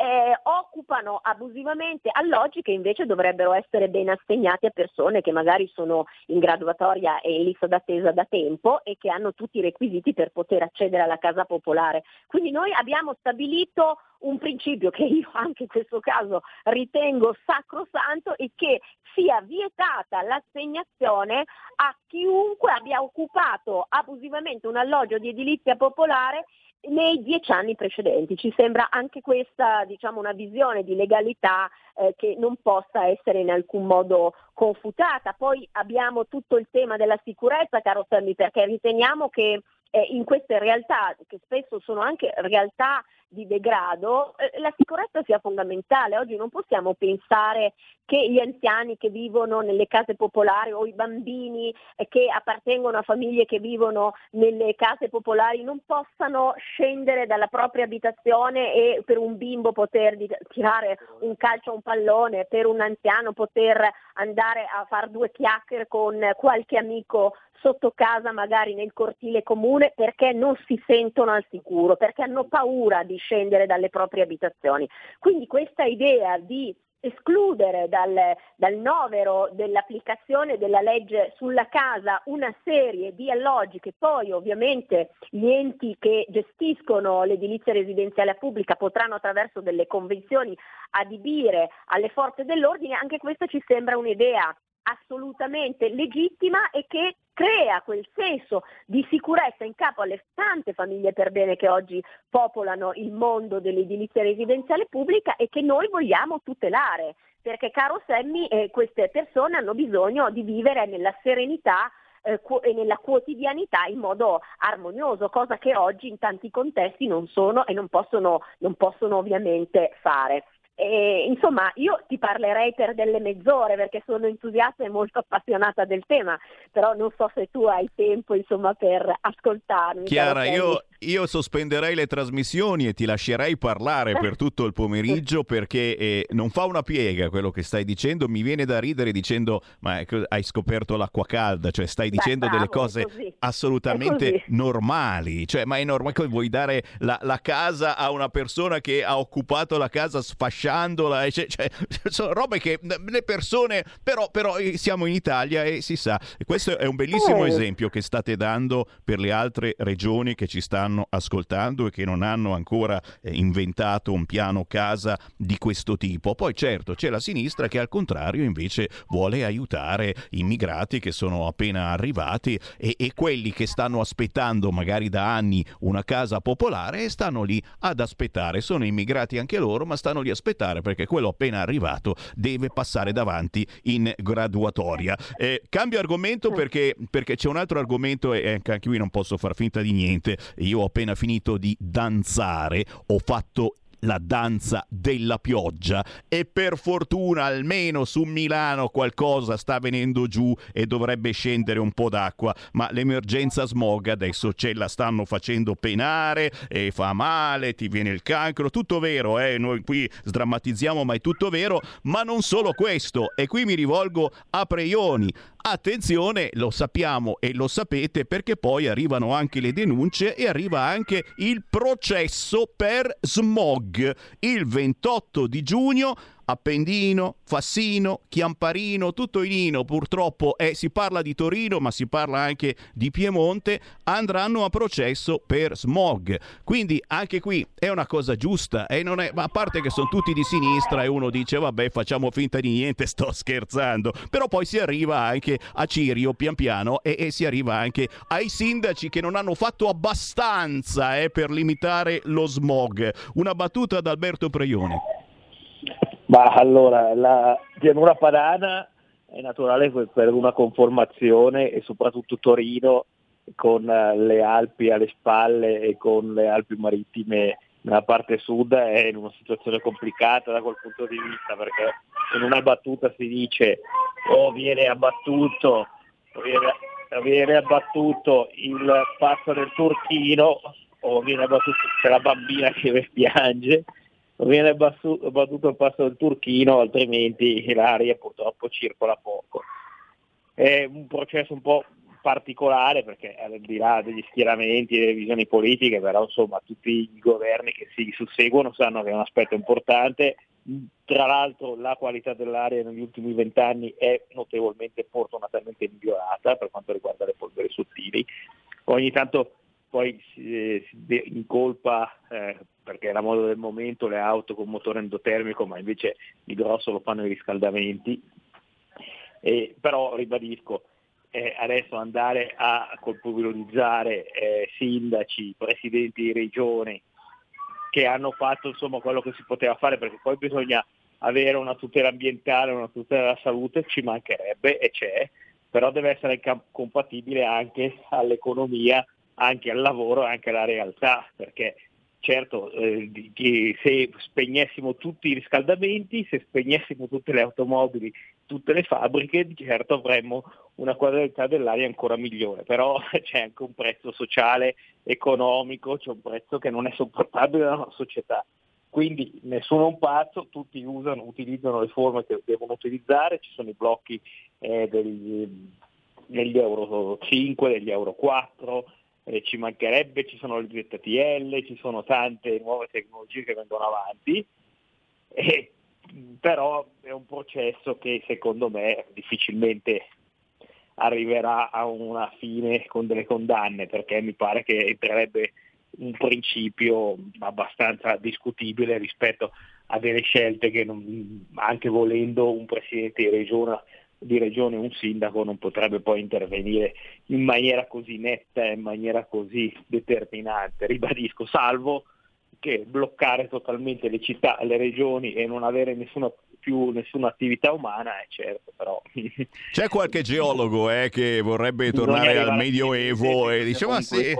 occupano abusivamente alloggi che invece dovrebbero essere ben assegnati a persone che magari sono in graduatoria e in lista d'attesa da tempo e che hanno tutti i requisiti per poter accedere alla casa popolare. Quindi noi abbiamo stabilito un principio che io anche in questo caso ritengo sacrosanto, e che sia vietata l'assegnazione a chiunque abbia occupato abusivamente un alloggio di edilizia popolare nei 10 anni precedenti. Ci sembra anche questa, una visione di legalità che non possa essere in alcun modo confutata. Poi abbiamo tutto il tema della sicurezza, caro Sammy, perché riteniamo che in queste realtà, che spesso sono anche realtà di degrado, la sicurezza sia fondamentale. Oggi non possiamo pensare che gli anziani che vivono nelle case popolari o i bambini che appartengono a famiglie che vivono nelle case popolari non possano scendere dalla propria abitazione e per un bimbo poter tirare un calcio a un pallone, per un anziano poter andare a far 2 chiacchiere con qualche amico sotto casa, magari nel cortile comune, perché non si sentono al sicuro, perché hanno paura di scendere dalle proprie abitazioni. Quindi questa idea di escludere dal novero dell'applicazione della legge sulla casa una serie di alloggi che poi ovviamente gli enti che gestiscono l'edilizia residenziale pubblica potranno attraverso delle convenzioni adibire alle forze dell'ordine, anche questa ci sembra un'idea assolutamente legittima e che crea quel senso di sicurezza in capo alle tante famiglie per bene che oggi popolano il mondo dell'edilizia residenziale pubblica e che noi vogliamo tutelare, perché, caro Sammy, queste persone hanno bisogno di vivere nella serenità e nella quotidianità in modo armonioso, cosa che oggi in tanti contesti non sono e non possono ovviamente fare. Insomma, io ti parlerei per delle mezz'ore perché sono entusiasta e molto appassionata del tema, però non so se tu hai tempo per ascoltarmi. Chiara, io sospenderei le trasmissioni e ti lascerei parlare per tutto il pomeriggio, perché non fa una piega quello che stai dicendo. Mi viene da ridere dicendo ma hai scoperto l'acqua calda, cioè stai dicendo delle cose assolutamente normali, cioè ma è normale che vuoi dare la casa a una persona che ha occupato la casa sfasciandola, cioè, sono robe che le persone però siamo in Italia e si sa. Questo è un bellissimo esempio che state dando per le altre regioni che ci stanno ascoltando e che non hanno ancora inventato un piano casa di questo tipo. Poi certo c'è la sinistra che al contrario invece vuole aiutare immigrati che sono appena arrivati e quelli che stanno aspettando magari da anni una casa popolare e stanno lì ad aspettare. Sono immigrati anche loro, ma stanno lì a aspettare perché quello appena arrivato deve passare davanti in graduatoria. Cambio argomento perché c'è un altro argomento e anche qui non posso far finta di niente. Io ho appena finito di danzare, ho fatto la danza della pioggia e per fortuna almeno su Milano qualcosa sta venendo giù e dovrebbe scendere un po' d'acqua, ma l'emergenza smog adesso ce la stanno facendo penare e fa male, ti viene il cancro, tutto vero, noi qui sdrammatizziamo ma è tutto vero, ma non solo questo, e qui mi rivolgo a Preioni. Attenzione, lo sappiamo e lo sapete perché poi arrivano anche le denunce e arriva anche il processo per smog. Il 28 di giugno Appendino, Fassino, Chiamparino, tutto in Ino, purtroppo si parla di Torino ma si parla anche di Piemonte, andranno a processo per smog. Quindi anche qui è una cosa giusta, e non è, ma a parte che sono tutti di sinistra e uno dice vabbè facciamo finta di niente, sto scherzando, però poi si arriva anche a Cirio pian piano e si arriva anche ai sindaci che non hanno fatto abbastanza per limitare lo smog. Una battuta da Alberto Preioni. Ma allora, la pianura padana è naturale per una conformazione, e soprattutto Torino con le Alpi alle spalle e con le Alpi marittime nella parte sud è in una situazione complicata da quel punto di vista, perché in una battuta si dice viene abbattuto il passo del Turchino, o viene abbattuto, c'è la bambina che piange, o viene abbattuto il passo del Turchino, altrimenti l'aria purtroppo circola poco. È un processo un po' particolare, perché al di là degli schieramenti e delle visioni politiche, però insomma tutti i governi che si susseguono sanno che è un aspetto importante. Tra l'altro la qualità dell'aria negli ultimi 20 anni è notevolmente, fortunatamente migliorata per quanto riguarda le polveri sottili. Ogni tanto poi si incolpa, perché è la moda del momento, le auto con motore endotermico, ma invece il grosso lo fanno i riscaldamenti. Però ribadisco, adesso andare a colpevolizzare sindaci, presidenti di regioni che hanno fatto insomma quello che si poteva fare, perché poi bisogna avere una tutela ambientale, una tutela della salute, ci mancherebbe e c'è, però deve essere compatibile anche all'economia, anche al lavoro, anche alla realtà, perché certo se spegnessimo tutti i riscaldamenti, se spegnessimo tutte le automobili, tutte le fabbriche, certo avremmo una qualità dell'aria ancora migliore, però c'è anche un prezzo sociale, economico, c'è un prezzo che non è sopportabile nella società. Quindi nessuno è un pazzo, tutti utilizzano le forme che devono utilizzare, ci sono i blocchi degli Euro 5, degli Euro 4, ci mancherebbe, ci sono le ZTL, ci sono tante nuove tecnologie che vengono avanti, però è un processo che secondo me difficilmente arriverà a una fine con delle condanne, perché mi pare che entrerebbe un principio abbastanza discutibile rispetto a delle scelte che anche volendo un presidente di regione, un sindaco non potrebbe poi intervenire in maniera così netta e in maniera così determinante. Ribadisco, salvo che bloccare totalmente le città, le regioni e non avere nessuna attività umana, è certo, però c'è qualche geologo che vorrebbe tornare al Medioevo e diceva sì.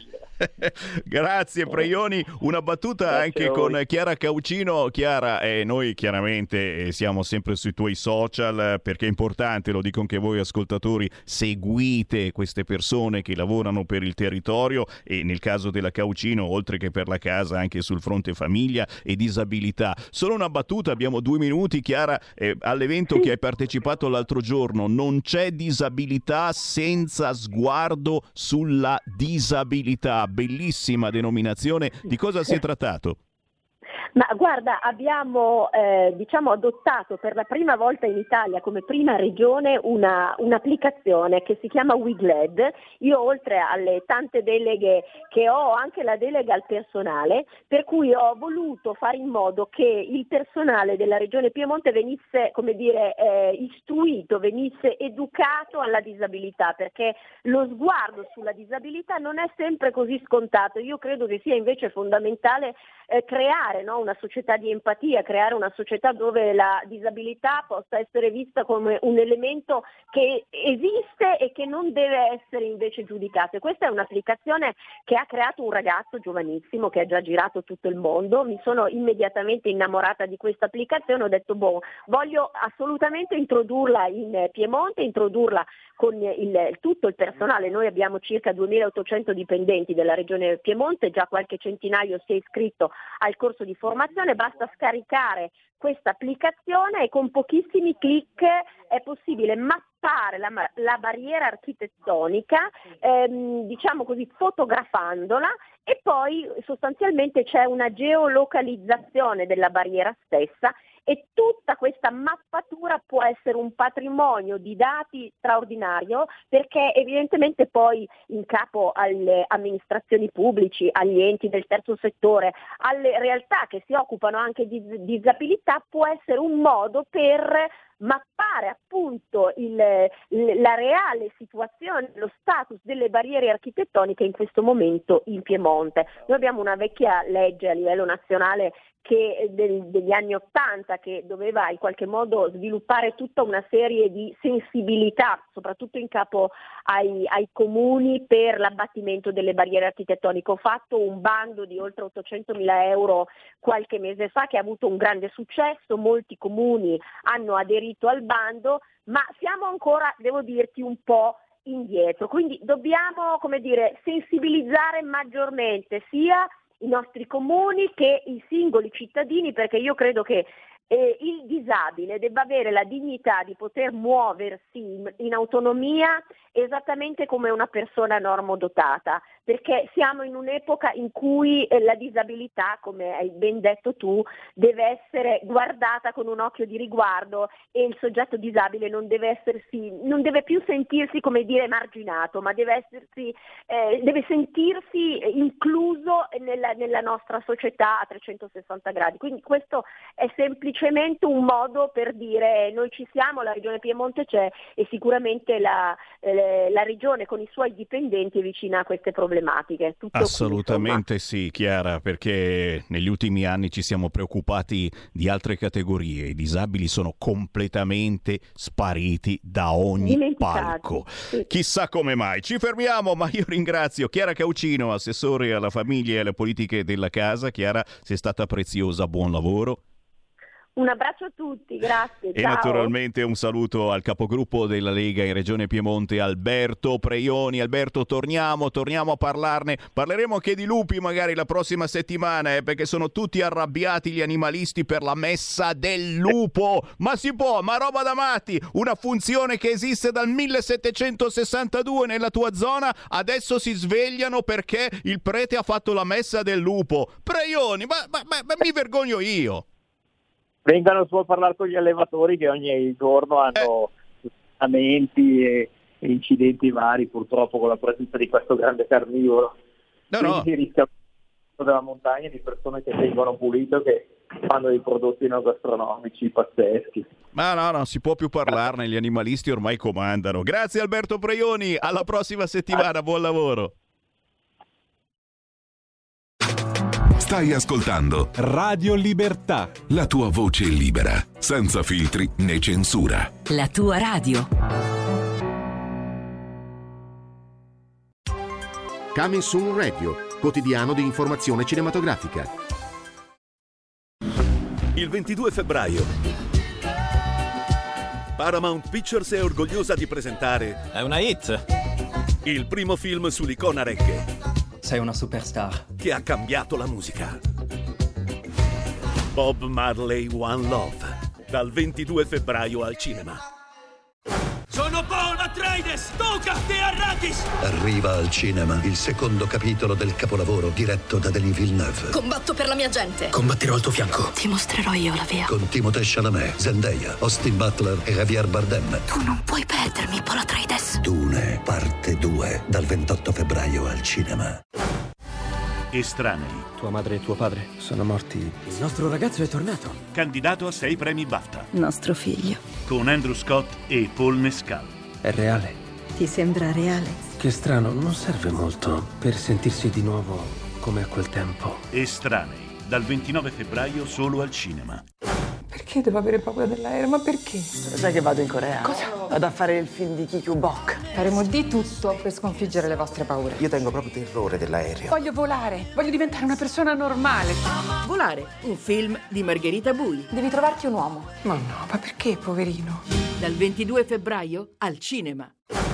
Grazie Preioni, una battuta anche con Chiara Caucino. Chiara, noi chiaramente siamo sempre sui tuoi social, perché è importante, lo dico anche voi ascoltatori, seguite queste persone che lavorano per il territorio, e nel caso della Caucino oltre che per la casa anche sul fronte famiglia e disabilità. Solo una battuta, abbiamo 2 minuti. Chiara, all'evento che hai partecipato l'altro giorno, non c'è disabilità senza sguardo sulla disabilità. Bellissima denominazione. Di cosa si è trattato? Ma guarda, abbiamo adottato per la prima volta in Italia come prima regione un'applicazione che si chiama WeGlad. Io oltre alle tante deleghe che ho anche la delega al personale, per cui ho voluto fare in modo che il personale della regione Piemonte venisse, istruito, venisse educato alla disabilità, perché lo sguardo sulla disabilità non è sempre così scontato. Io credo che sia invece fondamentale creare una società di empatia, creare una società dove la disabilità possa essere vista come un elemento che esiste e che non deve essere invece giudicato. E questa è un'applicazione che ha creato un ragazzo giovanissimo che ha già girato tutto il mondo. Mi sono immediatamente innamorata di questa applicazione, ho detto voglio assolutamente introdurla in Piemonte, introdurla con tutto il personale. Noi abbiamo circa 2.800 dipendenti della regione Piemonte, già qualche centinaio si è iscritto al corso di formazione. Basta scaricare questa applicazione e con pochissimi clic è possibile mappare la barriera architettonica, fotografandola, e poi sostanzialmente c'è una geolocalizzazione della barriera stessa, e tutta questa mappatura può essere un patrimonio di dati straordinario, perché evidentemente poi in capo alle amministrazioni pubblici, agli enti del terzo settore, alle realtà che si occupano anche di disabilità, può essere un modo per mappare appunto la reale situazione, lo status delle barriere architettoniche in questo momento in Piemonte. Noi abbiamo una vecchia legge a livello nazionale degli anni '80 che doveva in qualche modo sviluppare tutta una serie di sensibilità, soprattutto in capo ai comuni, per l'abbattimento delle barriere architettoniche. Ho fatto un bando di oltre 800.000 euro qualche mese fa che ha avuto un grande successo, molti comuni hanno aderito al bando, ma siamo ancora, devo dirti, un po' indietro. Quindi dobbiamo, sensibilizzare maggiormente sia i nostri comuni che i singoli cittadini, perché io credo che il disabile debba avere la dignità di poter muoversi in autonomia esattamente come una persona normodotata, perché siamo in un'epoca in cui la disabilità, come hai ben detto tu, deve essere guardata con un occhio di riguardo, e il soggetto disabile non deve più sentirsi, emarginato, ma deve sentirsi incluso nella nostra società a 360 gradi. Quindi questo è semplicemente un modo per dire: noi ci siamo, la Regione Piemonte c'è, e sicuramente la Regione con i suoi dipendenti è vicina a queste problematiche. Tutto Assolutamente qui, sì, Chiara, perché negli ultimi anni ci siamo preoccupati di altre categorie. I disabili sono completamente spariti da ogni palco. Sì. Chissà come mai. Ci fermiamo, ma io ringrazio Chiara Caucino, assessore alla famiglia e alle politiche della casa. Chiara, sei stata preziosa, buon lavoro. Un abbraccio a tutti, grazie. E ciao. Naturalmente un saluto al capogruppo della Lega in Regione Piemonte, Alberto Preioni. Alberto, torniamo a parlarne. Parleremo anche di lupi magari la prossima settimana, perché sono tutti arrabbiati gli animalisti per la messa del lupo. Ma si può, ma roba da matti. Una funzione che esiste dal 1762 nella tua zona, adesso si svegliano perché il prete ha fatto la messa del lupo. Preioni, ma mi vergogno io. Vengano su a parlare con gli allevatori che ogni giorno hanno lamenti e incidenti vari, purtroppo, con la presenza di questo grande carnivoro. Quindi si rischia della montagna di persone che tengono pulito, che fanno dei prodotti enogastronomici pazzeschi. Ma no, non si può più parlarne, gli animalisti ormai comandano. Grazie Alberto Preioni, alla prossima settimana, buon lavoro. Stai ascoltando Radio Libertà, la tua voce libera, senza filtri né censura. La tua radio. Coming Soon Radio, quotidiano di informazione cinematografica. Il 22 febbraio Paramount Pictures è orgogliosa di presentare... È una hit! Il primo film sull'icona reggae. Sei una superstar. Che ha cambiato la musica. Bob Marley One Love. Dal 22 febbraio al cinema. Sono Paul Atreides, Toca de Arrakis! Arriva al cinema il secondo capitolo del capolavoro diretto da Denis Villeneuve. Combatto per la mia gente. Combatterò al tuo fianco. Ti mostrerò io la via. Con Timothée Chalamet, Zendaya, Austin Butler e Javier Bardem. Tu non puoi perdermi, Paul Atreides. Dune, parte 2, dal 28 febbraio al cinema. Estranei. Tua madre e tuo padre sono morti. Il nostro ragazzo è tornato. Candidato a 6 premi BAFTA. Nostro figlio. Con Andrew Scott e Paul Mescal. È reale. Ti sembra reale? Che strano, non serve molto per sentirsi di nuovo come a quel tempo. Estranei. Dal 29 febbraio solo al cinema. Perché devo avere paura dell'aereo? Ma perché? Sai che vado in Corea? Cosa? Vado a fare il film di Kikyu Bok. Faremo di tutto per sconfiggere le vostre paure. Io tengo proprio terrore dell'aereo. Voglio volare, voglio diventare una persona normale. Volare, un film di Margherita Bui. Devi trovarti un uomo. Ma no, ma perché, poverino? Dal 22 febbraio al cinema.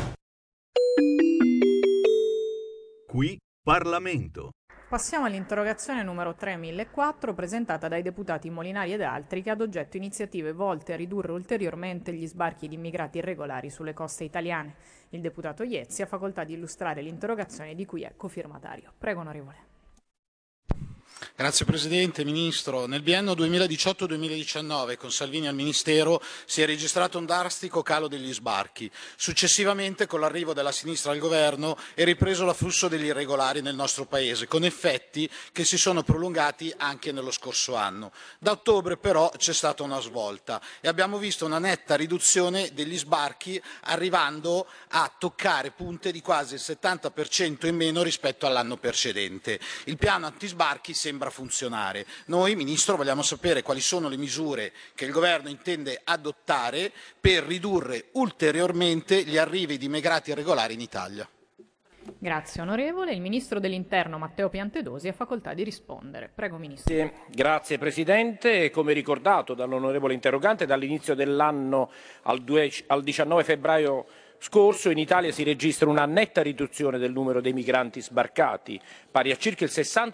Qui Parlamento. Passiamo all'interrogazione numero 3004 presentata dai deputati Molinari ed altri, che ha ad oggetto iniziative volte a ridurre ulteriormente gli sbarchi di immigrati irregolari sulle coste italiane. Il deputato Iezzi ha facoltà di illustrare l'interrogazione di cui è cofirmatario. Prego, onorevole. Grazie Presidente, Ministro. Nel biennio 2018-2019 con Salvini al Ministero si è registrato un drastico calo degli sbarchi. Successivamente, con l'arrivo della sinistra al governo, è ripreso l'afflusso degli irregolari nel nostro Paese, con effetti che si sono prolungati anche nello scorso anno. Da ottobre però c'è stata una svolta e abbiamo visto una netta riduzione degli sbarchi, arrivando a toccare punte di quasi il 70% in meno rispetto all'anno precedente. Il piano antisbarchi sembra funzionare. Noi, Ministro, vogliamo sapere quali sono le misure che il Governo intende adottare per ridurre ulteriormente gli arrivi di immigrati irregolari in Italia. Grazie onorevole. Il Ministro dell'Interno Matteo Piantedosi ha facoltà di rispondere. Prego Ministro. Grazie Presidente. Come ricordato dall'onorevole interrogante, dall'inizio dell'anno al 19 febbraio scorso in Italia si registra una netta riduzione del numero dei migranti sbarcati, pari a circa il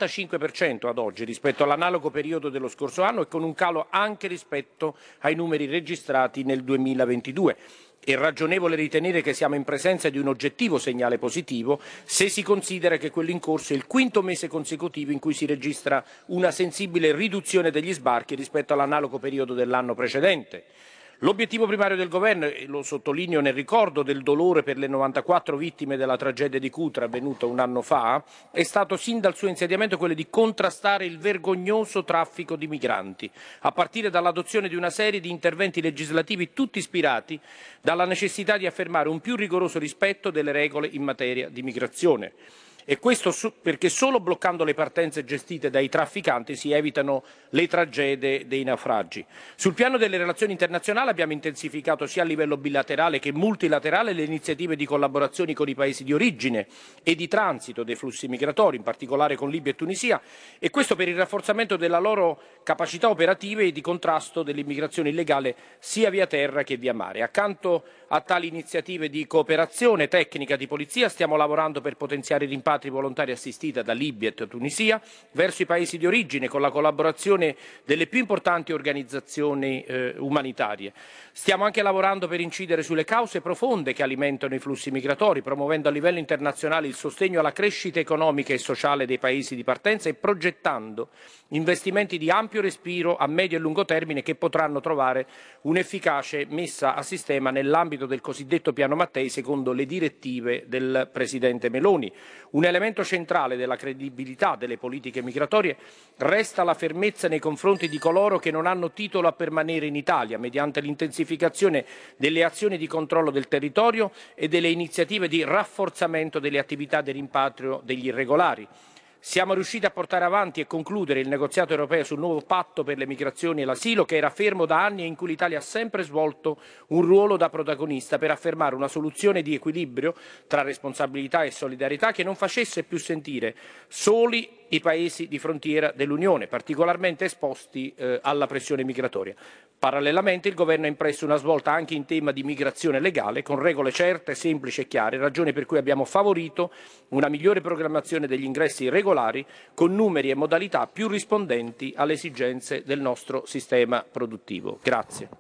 65% ad oggi rispetto all'analogo periodo dello scorso anno e con un calo anche rispetto ai numeri registrati nel 2022. È ragionevole ritenere che siamo in presenza di un oggettivo segnale positivo se si considera che quello in corso è il quinto mese consecutivo in cui si registra una sensibile riduzione degli sbarchi rispetto all'analogo periodo dell'anno precedente. L'obiettivo primario del Governo, e lo sottolineo nel ricordo del dolore per le 94 vittime della tragedia di Cutro avvenuta un anno fa, è stato sin dal suo insediamento quello di contrastare il vergognoso traffico di migranti, a partire dall'adozione di una serie di interventi legislativi tutti ispirati dalla necessità di affermare un più rigoroso rispetto delle regole in materia di migrazione. E questo perché solo bloccando le partenze gestite dai trafficanti si evitano le tragedie dei naufragi. Sul piano delle relazioni internazionali abbiamo intensificato sia a livello bilaterale che multilaterale le iniziative di collaborazione con i paesi di origine e di transito dei flussi migratori, in particolare con Libia e Tunisia, e questo per il rafforzamento della loro capacità operative e di contrasto dell'immigrazione illegale sia via terra che via mare. Accanto a tali iniziative di cooperazione tecnica di polizia stiamo lavorando per potenziare i rimpatri volontari assistita da Libia e Tunisia verso i paesi di origine con la collaborazione delle più importanti organizzazioni umanitarie. Stiamo anche lavorando per incidere sulle cause profonde che alimentano i flussi migratori, promuovendo a livello internazionale il sostegno alla crescita economica e sociale dei paesi di partenza e progettando investimenti di ampio respiro a medio e lungo termine che potranno trovare un'efficace messa a sistema nell'ambito del cosiddetto Piano Mattei secondo le direttive del Presidente Meloni. Un elemento centrale della credibilità delle politiche migratorie resta la fermezza nei confronti di coloro che non hanno titolo a permanere in Italia, mediante l'intensificazione delle azioni di controllo del territorio e delle iniziative di rafforzamento delle attività di rimpatrio degli irregolari. Siamo riusciti a portare avanti e concludere il negoziato europeo sul nuovo patto per le migrazioni e l'asilo, che era fermo da anni e in cui l'Italia ha sempre svolto un ruolo da protagonista per affermare una soluzione di equilibrio tra responsabilità e solidarietà che non facesse più sentire soli i paesi di frontiera dell'Unione, particolarmente esposti alla pressione migratoria. Parallelamente il Governo ha impresso una svolta anche in tema di migrazione legale, con regole certe, semplici e chiare, ragione per cui abbiamo favorito una migliore programmazione degli ingressi regolari con numeri e modalità più rispondenti alle esigenze del nostro sistema produttivo. Grazie.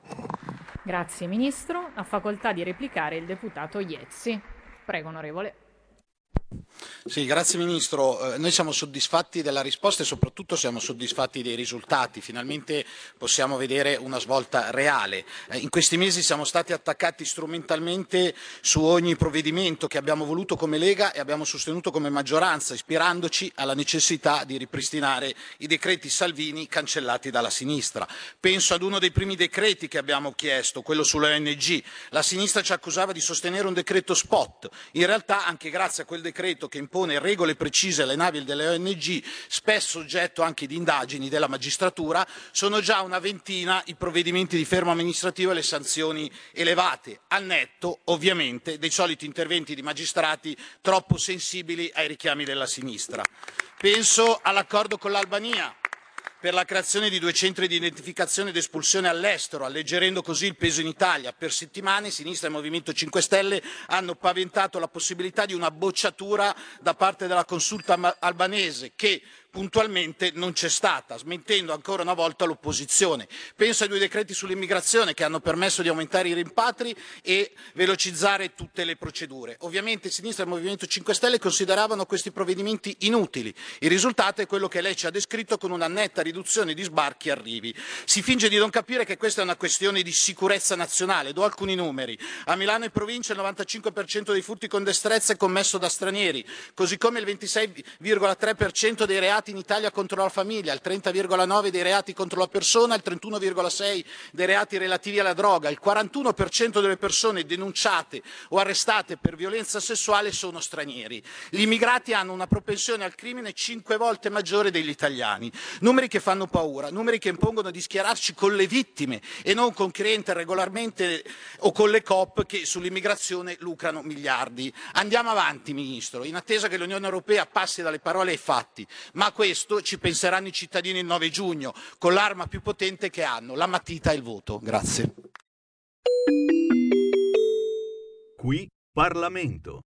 Grazie Ministro. Ha facoltà di replicare il deputato Iezzi. Prego onorevole. Sì, grazie Ministro. Noi siamo soddisfatti della risposta e soprattutto siamo soddisfatti dei risultati. Finalmente possiamo vedere una svolta reale. In questi mesi siamo stati attaccati strumentalmente su ogni provvedimento che abbiamo voluto come Lega e abbiamo sostenuto come maggioranza, ispirandoci alla necessità di ripristinare i decreti Salvini cancellati dalla sinistra. Penso ad uno dei primi decreti che abbiamo chiesto, quello sulle ONG. La sinistra ci accusava di sostenere un decreto spot. In realtà, anche grazie a quel decreto che impone regole precise alle navi delle ONG, spesso oggetto anche di indagini della magistratura, sono già una ventina i provvedimenti di fermo amministrativo e le sanzioni elevate, al netto ovviamente dei soliti interventi di magistrati troppo sensibili ai richiami della sinistra. Penso all'accordo con l'Albania per la creazione di 2 centri di identificazione ed espulsione all'estero, alleggerendo così il peso in Italia. Per settimane Sinistra e Movimento 5 Stelle hanno paventato la possibilità di una bocciatura da parte della consulta albanese che, puntualmente non c'è stata, smentendo ancora una volta l'opposizione. Penso ai 2 decreti sull'immigrazione che hanno permesso di aumentare i rimpatri e velocizzare tutte le procedure. Ovviamente Sinistra e il Movimento 5 Stelle consideravano questi provvedimenti inutili. Il risultato è quello che lei ci ha descritto, con una netta riduzione di sbarchi e arrivi. Si finge di non capire che questa è una questione di sicurezza nazionale. Do alcuni numeri. A Milano e provincia il 95% dei furti con destrezza è commesso da stranieri, così come il 26,3% dei reati in Italia contro la famiglia, il 30,9% dei reati contro la persona, il 31,6% dei reati relativi alla droga, il 41% delle persone denunciate o arrestate per violenza sessuale sono stranieri. Gli immigrati hanno una propensione al crimine 5 volte maggiore degli italiani. Numeri che fanno paura, numeri che impongono di schierarci con le vittime e non con chi rientra regolarmente o con le COP che sull'immigrazione lucrano miliardi. Andiamo avanti, Ministro, in attesa che l'Unione Europea passi dalle parole ai fatti, ma a questo ci penseranno i cittadini il 9 giugno, con l'arma più potente che hanno, la matita e il voto. Grazie. Qui Parlamento.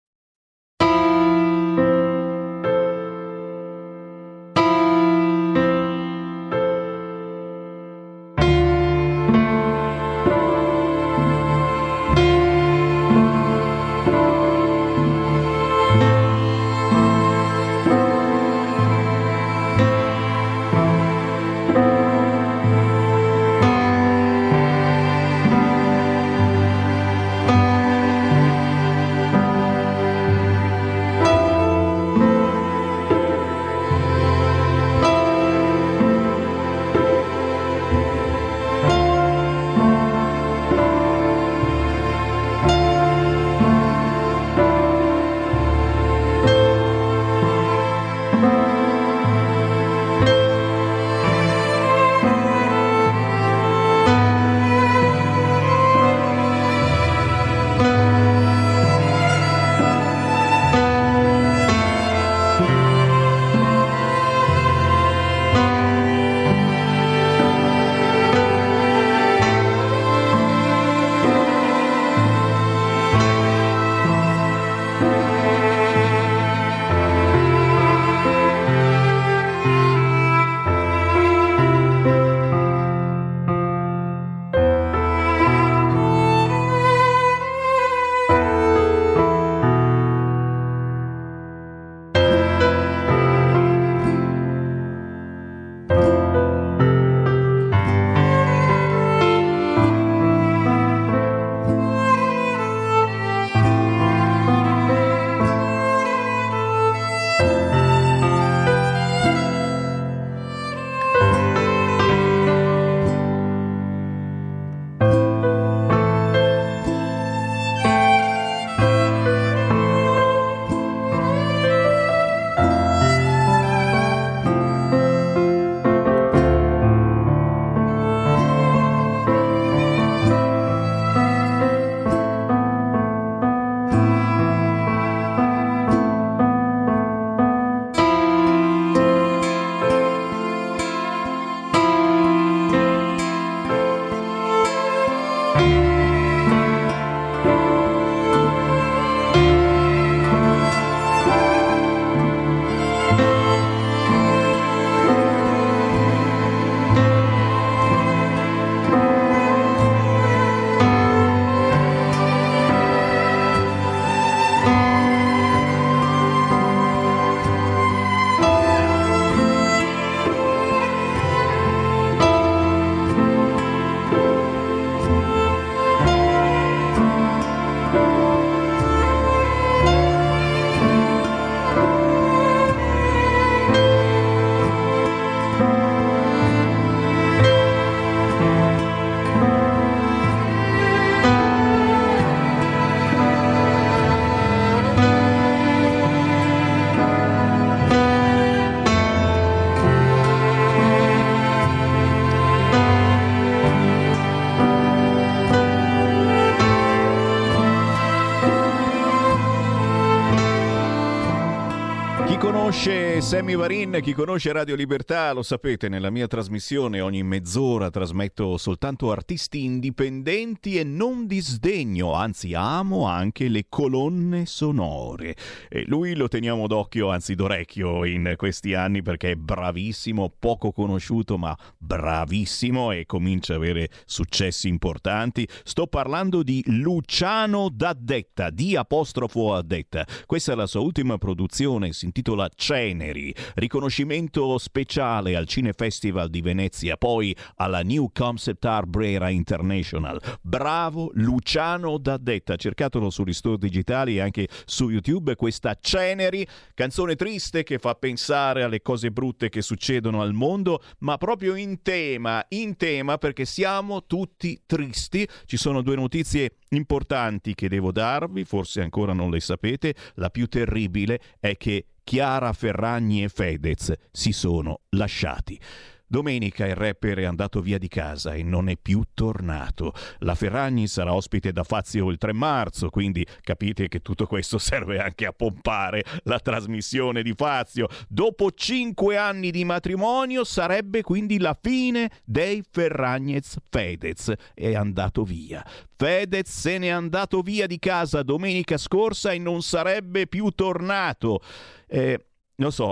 conosce Sammy Varin, chi conosce Radio Libertà lo sapete, nella mia trasmissione ogni mezz'ora trasmetto soltanto artisti indipendenti e non disdegno, anzi amo anche le colonne sonore. E lui lo teniamo d'occhio, anzi d'orecchio in questi anni perché è bravissimo, poco conosciuto ma bravissimo e comincia a avere successi importanti. Sto parlando di Luciano D'Addetta, D''Addetta. Questa è la sua ultima produzione, si intitola Ceneri, riconoscimento speciale al Cinefestival di Venezia, poi alla New Concept Art Brera International. Bravo Luciano D'Addetta, cercatelo sugli store digitali e anche su YouTube. Questa Ceneri, canzone triste che fa pensare alle cose brutte che succedono al mondo, ma proprio in tema perché siamo tutti tristi. Ci sono due notizie importanti che devo darvi, forse ancora non le sapete. La più terribile è che Chiara Ferragni e Fedez si sono lasciati. Domenica il rapper è andato via di casa e non è più tornato. La Ferragni sarà ospite da Fazio il 3 marzo, quindi capite che tutto questo serve anche a pompare la trasmissione di Fazio. Dopo 5 anni di matrimonio sarebbe quindi la fine dei Ferragnez-Fedez. È andato via. Fedez se n'è andato via di casa domenica scorsa e non sarebbe più tornato. Lo so,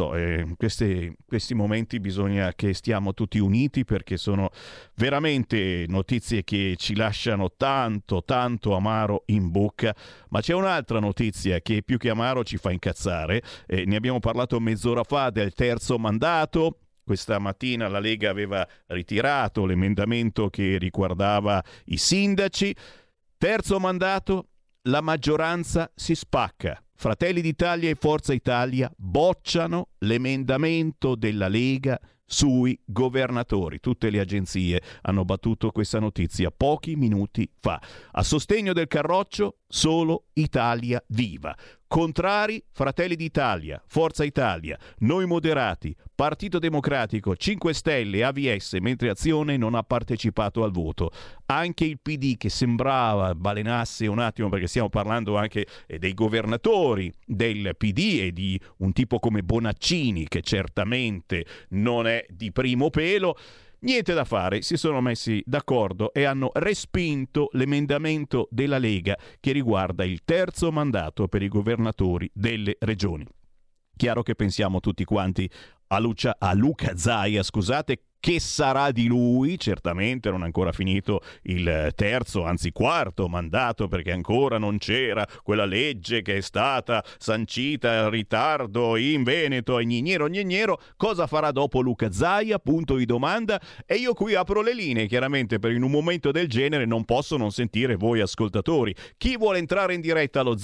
questi momenti bisogna che stiamo tutti uniti perché sono veramente notizie che ci lasciano tanto amaro in bocca, ma c'è un'altra notizia che più che amaro ci fa incazzare. Ne abbiamo parlato mezz'ora fa del terzo mandato. Questa mattina la Lega aveva ritirato l'emendamento che riguardava i sindaci. Terzo mandato, la maggioranza si spacca. Fratelli d'Italia e Forza Italia bocciano l'emendamento della Lega sui governatori. Tutte le agenzie hanno battuto questa notizia pochi minuti fa. A sostegno del Carroccio solo Italia Viva. Contrari Fratelli d'Italia, Forza Italia, Noi Moderati, Partito Democratico, 5 Stelle, AVS, mentre Azione non ha partecipato al voto. Anche il PD, che sembrava balenasse un attimo, perché stiamo parlando anche dei governatori del PD e di un tipo come Bonaccini, che certamente non è di primo pelo. Niente da fare, si sono messi d'accordo e hanno respinto l'emendamento della Lega che riguarda il terzo mandato per i governatori delle regioni. Chiaro che pensiamo tutti quanti a Luca Zaia, che sarà di lui. Certamente non è ancora finito il terzo, anzi quarto mandato, perché ancora non c'era quella legge che è stata sancita in ritardo in Veneto e gnero. Cosa farà dopo Luca Zaia? Punto di domanda. E io qui apro le linee, chiaramente, perché in un momento del genere non posso non sentire voi ascoltatori. Chi vuole entrare in diretta allo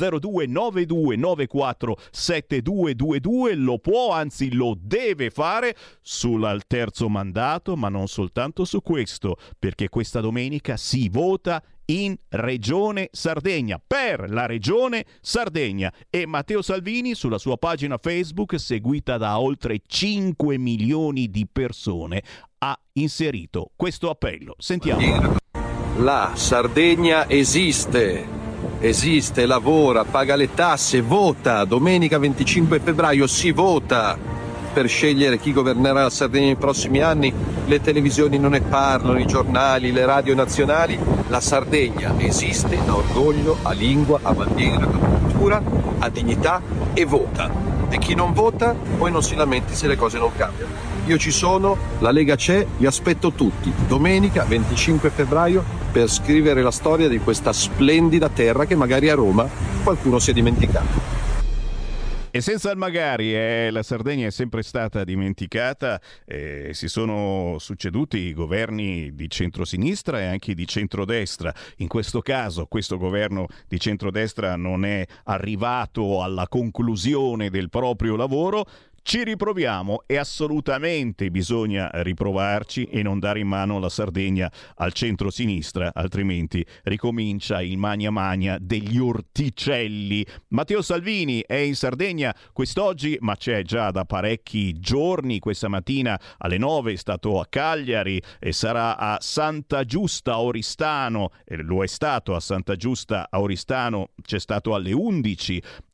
0292947222 lo può, anzi lo deve fare sul terzo mandato, ma non soltanto su questo, perché questa domenica si vota in Regione Sardegna, per la Regione Sardegna, e Matteo Salvini sulla sua pagina Facebook, seguita da oltre 5 milioni di persone, ha inserito questo appello. Sentiamo. La Sardegna esiste, lavora, paga le tasse, vota. Domenica 25 febbraio si vota per scegliere chi governerà la Sardegna nei prossimi anni. Le televisioni non ne parlano, i giornali, le radio nazionali. La Sardegna esiste, ha orgoglio, ha lingua, ha bandiera, ha cultura, ha dignità e vota. E chi non vota poi non si lamenti se le cose non cambiano. Io ci sono, la Lega c'è, vi aspetto tutti domenica 25 febbraio per scrivere la storia di questa splendida terra che magari a Roma qualcuno si è dimenticato. E senza il magari, la Sardegna è sempre stata dimenticata, si sono succeduti i governi di centrosinistra e anche di centrodestra. In questo caso, questo governo di centrodestra non è arrivato alla conclusione del proprio lavoro. Ci riproviamo e assolutamente bisogna riprovarci e non dare in mano la Sardegna al centro-sinistra, altrimenti ricomincia il magna degli orticelli. Matteo Salvini è in Sardegna quest'oggi, ma c'è già da parecchi giorni. Questa mattina alle 9 è stato a Cagliari e sarà a Santa Giusta a Oristano, lo è stato a Santa Giusta a Oristano, c'è stato alle 11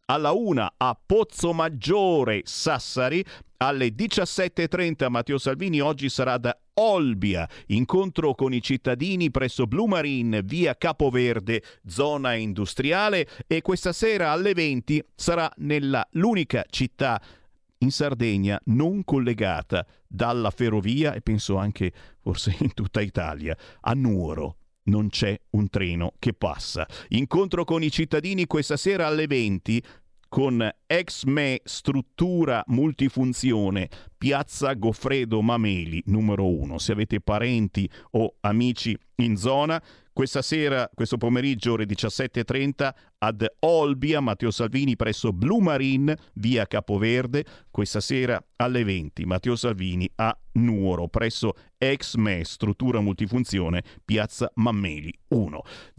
alla 1 a Pozzomaggiore Sassari, alle 17.30 Matteo Salvini oggi sarà da Olbia, incontro con i cittadini presso Blue Marine, via Capoverde, zona industriale, e questa sera alle 20 sarà l'unica città in Sardegna non collegata dalla ferrovia, e penso anche forse in tutta Italia, a Nuoro. Non c'è un treno che passa. Incontro con i cittadini questa sera alle 20 con Exme Struttura Multifunzione, piazza Goffredo Mameli, numero 1. Se avete parenti o amici in zona, questa sera, questo pomeriggio, ore 17.30, ad Olbia, Matteo Salvini presso Blue Marine, via Capoverde. Questa sera alle 20, Matteo Salvini a Nuoro, presso Exme Struttura Multifunzione, piazza Mameli 1.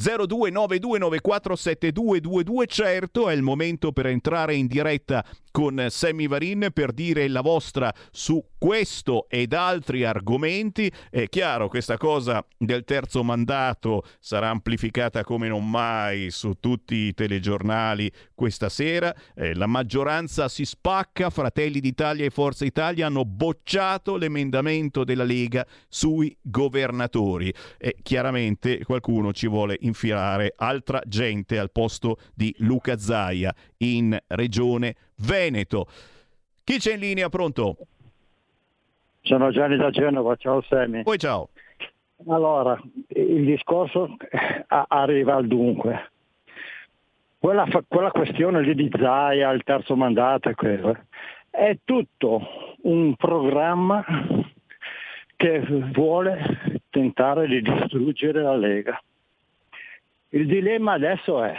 0292947222. Certo, è il momento per entrare in diretta con Sammy Varin per dire la vostra su questo ed altri argomenti. È chiaro, questa cosa del terzo mandato sarà amplificata come non mai su tutti i telegiornali questa sera. La maggioranza si spacca, Fratelli d'Italia e Forza Italia hanno bocciato l'emendamento della Lega sui governatori e chiaramente qualcuno ci vuole infilare altra gente al posto di Luca Zaia in Regione Veneto. Chi c'è in linea? Pronto? Sono Gianni da Genova, ciao Sammy. Poi ciao. Allora, il discorso arriva al dunque. Quella questione lì di Zaia, il terzo mandato, è tutto un programma che vuole tentare di distruggere la Lega. Il dilemma adesso è: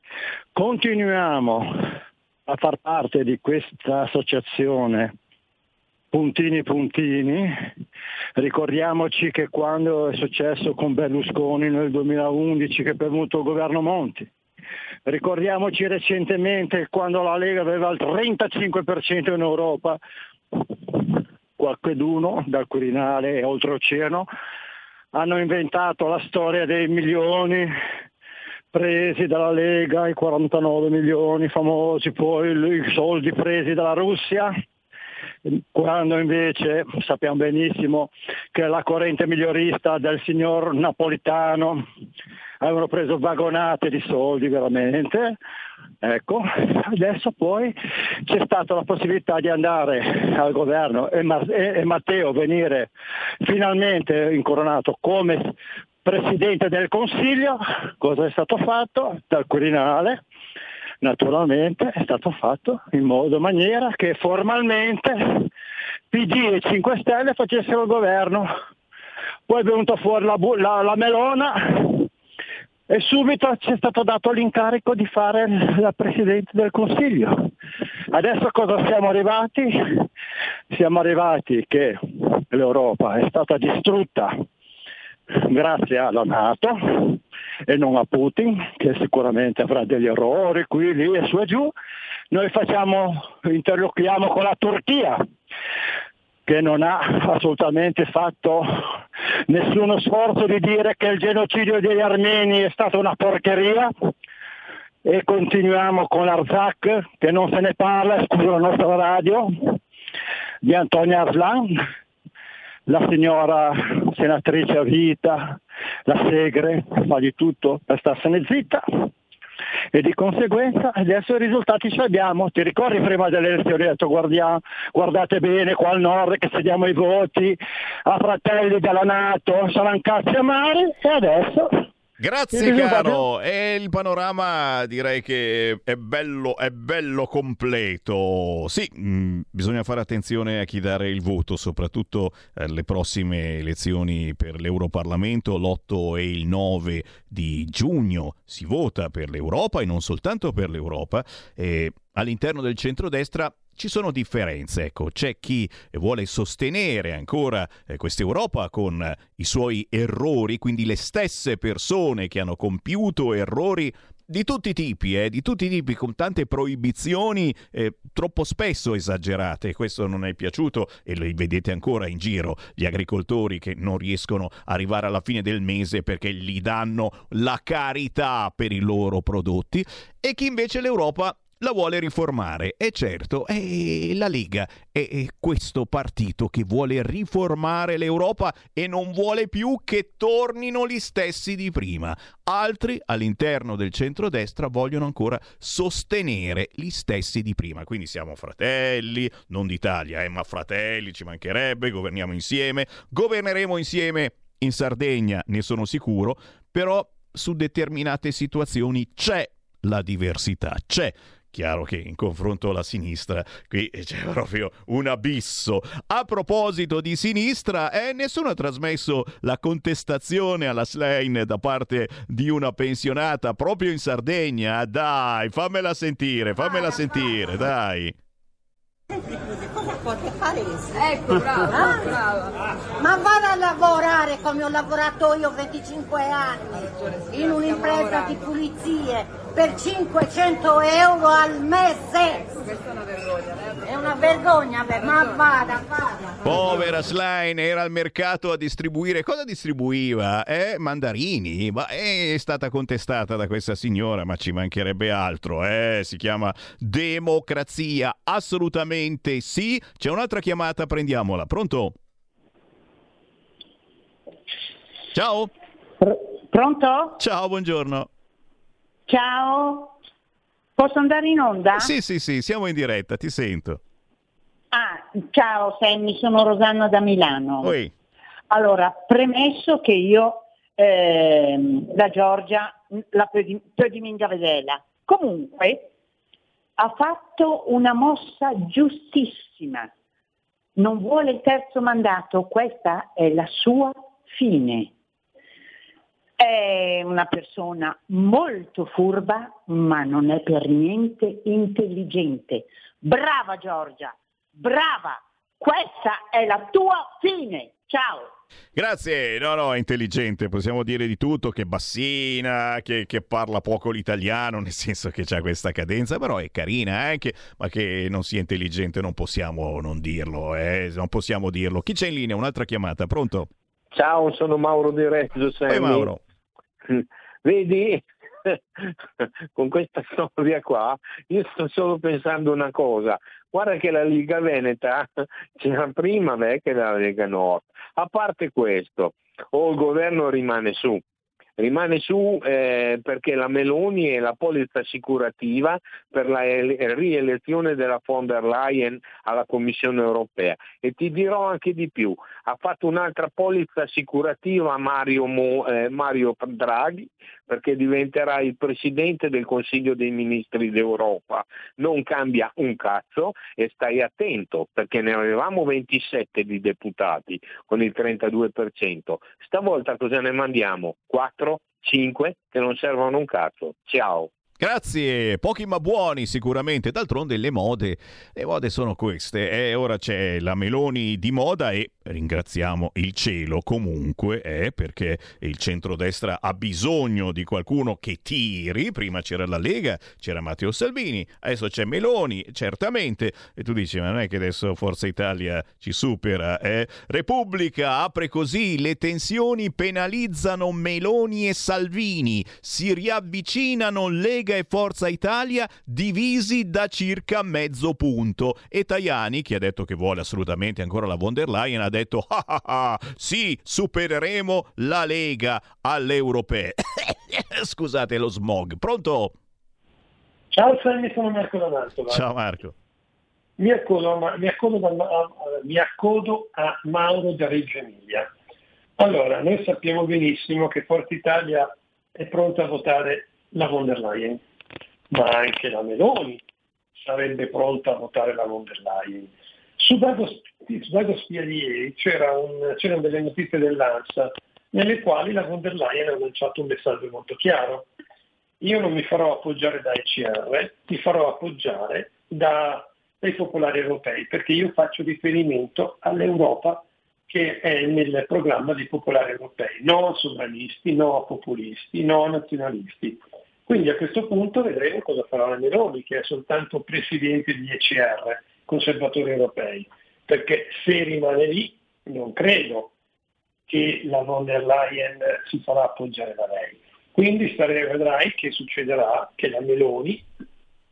continuiamo a far parte di questa associazione puntini puntini, ricordiamoci che quando è successo con Berlusconi nel 2011 che è venuto il governo Monti, ricordiamoci recentemente quando la Lega aveva il 35% in Europa, qualcheduno dal Quirinale e oltreoceano hanno inventato la storia dei milioni presi dalla Lega, i 49 milioni famosi, poi i soldi presi dalla Russia, quando invece sappiamo benissimo che la corrente migliorista del signor Napolitano avevano preso vagonate di soldi veramente. Ecco, adesso poi c'è stata la possibilità di andare al governo e Matteo venire finalmente incoronato come Presidente del Consiglio. Cosa è stato fatto dal Quirinale? Naturalmente è stato fatto in modo maniera che formalmente PD e 5 Stelle facessero il governo. Poi è venuta fuori la melona e subito ci è stato dato l'incarico di fare la Presidente del Consiglio. Adesso cosa siamo arrivati? Siamo arrivati che l'Europa è stata distrutta grazie alla NATO e non a Putin, che sicuramente avrà degli errori qui, lì e su e giù. Noi interloquiamo con la Turchia, che non ha assolutamente fatto nessuno sforzo di dire che il genocidio degli armeni è stata una porcheria, e continuiamo con l'Arzak, che non se ne parla, scusa la nostra radio, di Antonia Arslan, la signora senatrice a vita, la Segre, fa di tutto per starsene zitta, e di conseguenza adesso i risultati ce li abbiamo. Ti ricordi prima delle elezioni ho detto guardate bene qua al nord che se diamo i voti a Fratelli della NATO saranno cazzi amari, e adesso grazie caro, e il panorama direi che è bello completo. Sì, bisogna fare attenzione a chi dare il voto, soprattutto alle prossime elezioni per l'Europarlamento. L'8 e il 9 di giugno si vota per l'Europa, e non soltanto per l'Europa. All'interno del centrodestra ci sono differenze, ecco, c'è chi vuole sostenere ancora questa Europa con i suoi errori, quindi le stesse persone che hanno compiuto errori di tutti i tipi, con tante proibizioni troppo spesso esagerate. Questo non è piaciuto, e li vedete ancora in giro, gli agricoltori che non riescono ad arrivare alla fine del mese perché gli danno la carità per i loro prodotti, e chi invece l'Europa la vuole riformare. E certo, la Lega è questo partito che vuole riformare l'Europa e non vuole più che tornino gli stessi di prima. Altri all'interno del centrodestra vogliono ancora sostenere gli stessi di prima. Quindi siamo fratelli, non d'Italia, ma fratelli, ci mancherebbe, governiamo insieme, governeremo insieme in Sardegna, ne sono sicuro, però su determinate situazioni c'è la diversità, c'è. Chiaro che in confronto alla sinistra qui c'è proprio un abisso. A proposito di sinistra, nessuno ha trasmesso la contestazione alla Schlein da parte di una pensionata proprio in Sardegna. Dai, fammela sentire, dai. Cosa potete fare? Ecco, brava. Ma vado a lavorare come ho lavorato io 25 anni in un'impresa di pulizie per 500 euro al mese. Questa è una vergogna. È una vergogna, ma vada. Povera Schlein, era al mercato a distribuire. Cosa distribuiva? Mandarini? Ma è stata contestata da questa signora, ma ci mancherebbe altro. Si chiama democrazia. Assolutamente sì. C'è un'altra chiamata, prendiamola. Pronto? Ciao. Pronto? Ciao, buongiorno. Ciao. Posso andare in onda? Sì, siamo in diretta, ti sento. Ciao Sammy, sono Rosanna da Milano. Oi. Allora, premesso che io la Giorgia la Pediminga vedela. Comunque ha fatto una mossa giustissima. Non vuole il terzo mandato, questa è la sua fine. È una persona molto furba, ma non è per niente intelligente. Brava Giorgia, brava! Questa è la tua fine. Ciao! Grazie, no, è intelligente, possiamo dire di tutto, che bassina, che parla poco l'italiano, nel senso che c'ha questa cadenza, però è carina anche, ma che non sia intelligente non possiamo non dirlo, non possiamo dirlo. Chi c'è in linea? Un'altra chiamata, pronto? Ciao, sono Mauro di Reggio. Mauro. Vedi, con questa storia qua, io sto solo pensando una cosa. Guarda che la Lega Veneta c'era prima che la Lega Nord. A parte questo, il governo rimane su perché la Meloni è la polizza assicurativa per la rielezione della von der Leyen alla Commissione europea, e ti dirò anche di più, ha fatto un'altra polizza assicurativa a Mario Draghi, perché diventerà il presidente del Consiglio dei Ministri d'Europa. Non cambia un cazzo, e stai attento perché ne avevamo 27 di deputati con il 32%. Stavolta cosa ne mandiamo? 4, 5 che non servono un cazzo. Ciao. Grazie, pochi ma buoni sicuramente, d'altronde le mode sono queste, ora c'è la Meloni di moda e ringraziamo il cielo comunque, perché il centrodestra ha bisogno di qualcuno che tiri. Prima c'era la Lega, c'era Matteo Salvini, adesso c'è Meloni, certamente, e tu dici ma non è che adesso Forza Italia ci supera, Repubblica apre così: le tensioni penalizzano Meloni e Salvini, si riavvicinano Lega e Forza Italia divisi da circa mezzo punto, e Tajani, che ha detto che vuole assolutamente ancora la von der Leyen, ha detto sì, supereremo la Lega alle europee. Scusate lo smog. Pronto? Ciao Sammy, sono Marco da Mantova. Ciao Marco. Mi accodo a Mauro da Reggio Emilia. Allora, noi sappiamo benissimo che Forza Italia è pronta a votare la von der Leyen, ma anche la Meloni sarebbe pronta a votare la von der Leyen. Su Dago Spia di ieri c'erano delle notizie dell'ANSA nelle quali la von der Leyen ha lanciato un messaggio molto chiaro: io non mi farò appoggiare da ECR, ti farò appoggiare dai popolari europei, perché io faccio riferimento all'Europa che è nel programma dei popolari europei, no a sovranisti, no a populisti, no a nazionalisti. Quindi a questo punto vedremo cosa farà la Meloni, che è soltanto presidente di ECR, conservatori europei, perché se rimane lì non credo che la von der Leyen si farà appoggiare da lei. Quindi vedrai che succederà che la Meloni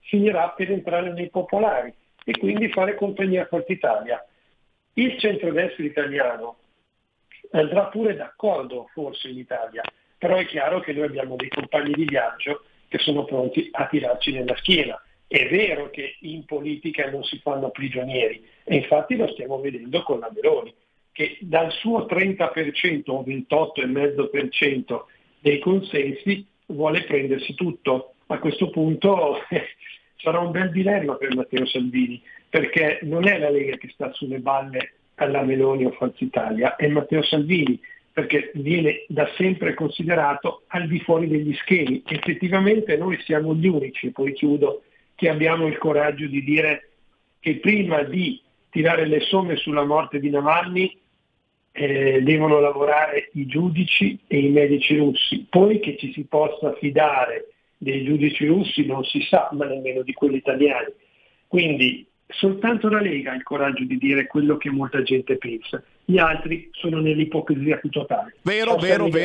finirà per entrare nei popolari e quindi fare compagnia a Forza Italia. Il centrodestra italiano andrà pure d'accordo forse in Italia, però è chiaro che noi abbiamo dei compagni di viaggio che sono pronti a tirarci nella schiena. È vero che in politica non si fanno prigionieri e infatti lo stiamo vedendo con la Meloni, che dal suo 30% o 28,5% dei consensi vuole prendersi tutto. A questo punto sarà un bel dilemma per Matteo Salvini, perché non è la Lega che sta sulle balle alla Meloni o Forza Italia, è Matteo Salvini, perché viene da sempre considerato al di fuori degli schemi. Effettivamente noi siamo gli unici, e poi chiudo, che abbiamo il coraggio di dire che prima di tirare le somme sulla morte di Navalny devono lavorare i giudici e i medici russi. Poi che ci si possa fidare dei giudici russi non si sa, ma nemmeno di quelli italiani. Quindi soltanto la Lega ha il coraggio di dire quello che molta gente pensa. Gli altri sono nell'ipocrisia più totale. Vero.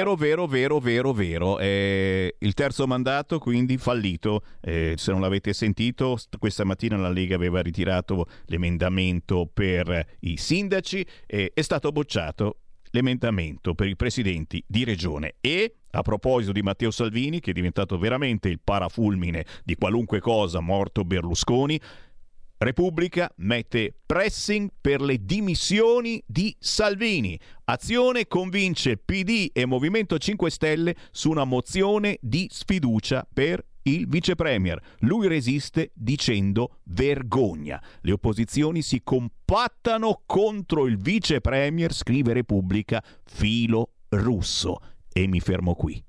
Il terzo mandato quindi fallito. Se non l'avete sentito, questa mattina la Lega aveva ritirato l'emendamento per i sindaci, è stato bocciato l'emendamento per i presidenti di regione. E a proposito di Matteo Salvini, che è diventato veramente il parafulmine di qualunque cosa morto Berlusconi, Repubblica mette pressing per le dimissioni di Salvini. Azione convince PD e Movimento 5 Stelle su una mozione di sfiducia per il vice premier. Lui resiste dicendo vergogna. Le opposizioni si compattano contro il vice premier, scrive Repubblica, filo russo. E mi fermo qui.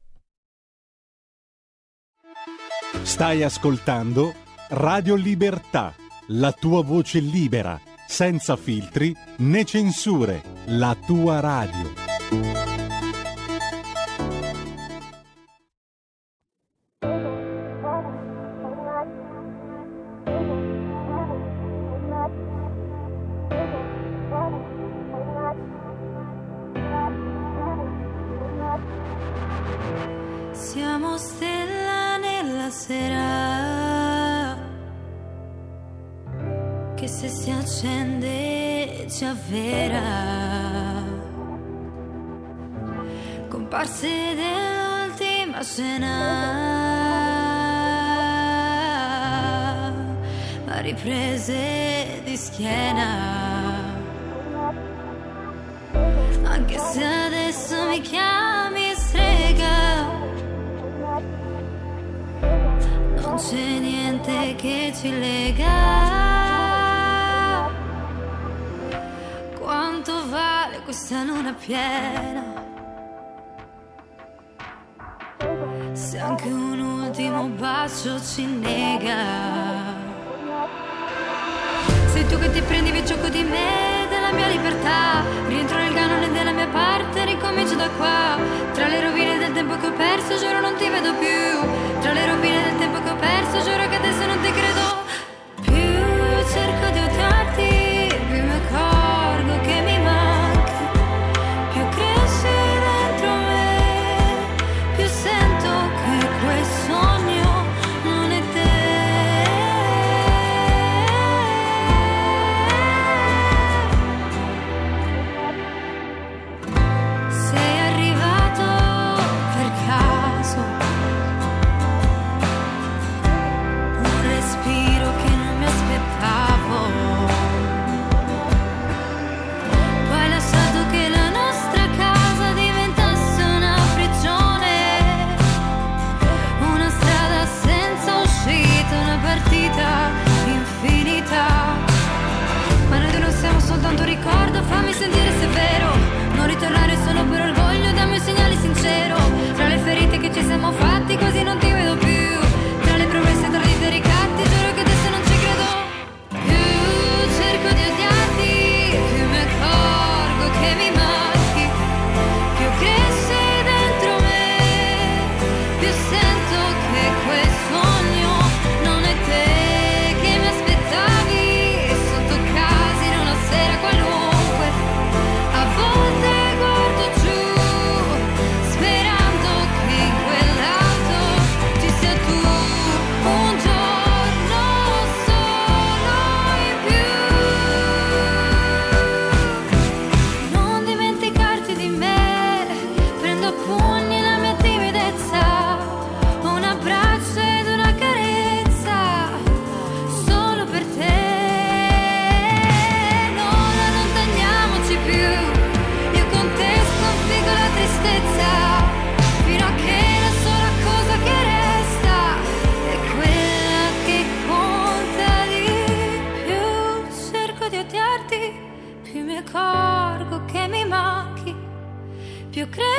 Stai ascoltando Radio Libertà, la tua voce libera, senza filtri né censure, la tua radio. Siamo stella nella sera, che se si accende ci avvera, comparse dell'ultima scena, ma riprese di schiena, anche se adesso mi chiami strega, non c'è niente che ci lega. Quanto vale questa luna piena, se anche un ultimo bacio ci nega? Sei tu che ti prendi il gioco di me, della mia libertà, rientro nel canone della mia parte, ricomincio da qua. Tra le rovine del tempo che ho perso, giuro non ti vedo più. Tra le rovine del tempo che ho perso, giuro che adesso non ti credo più. Cerco di odiarti, più mi accorgo che mi manchi, più cresci dentro me, più sento che quel sogno non è te. Sei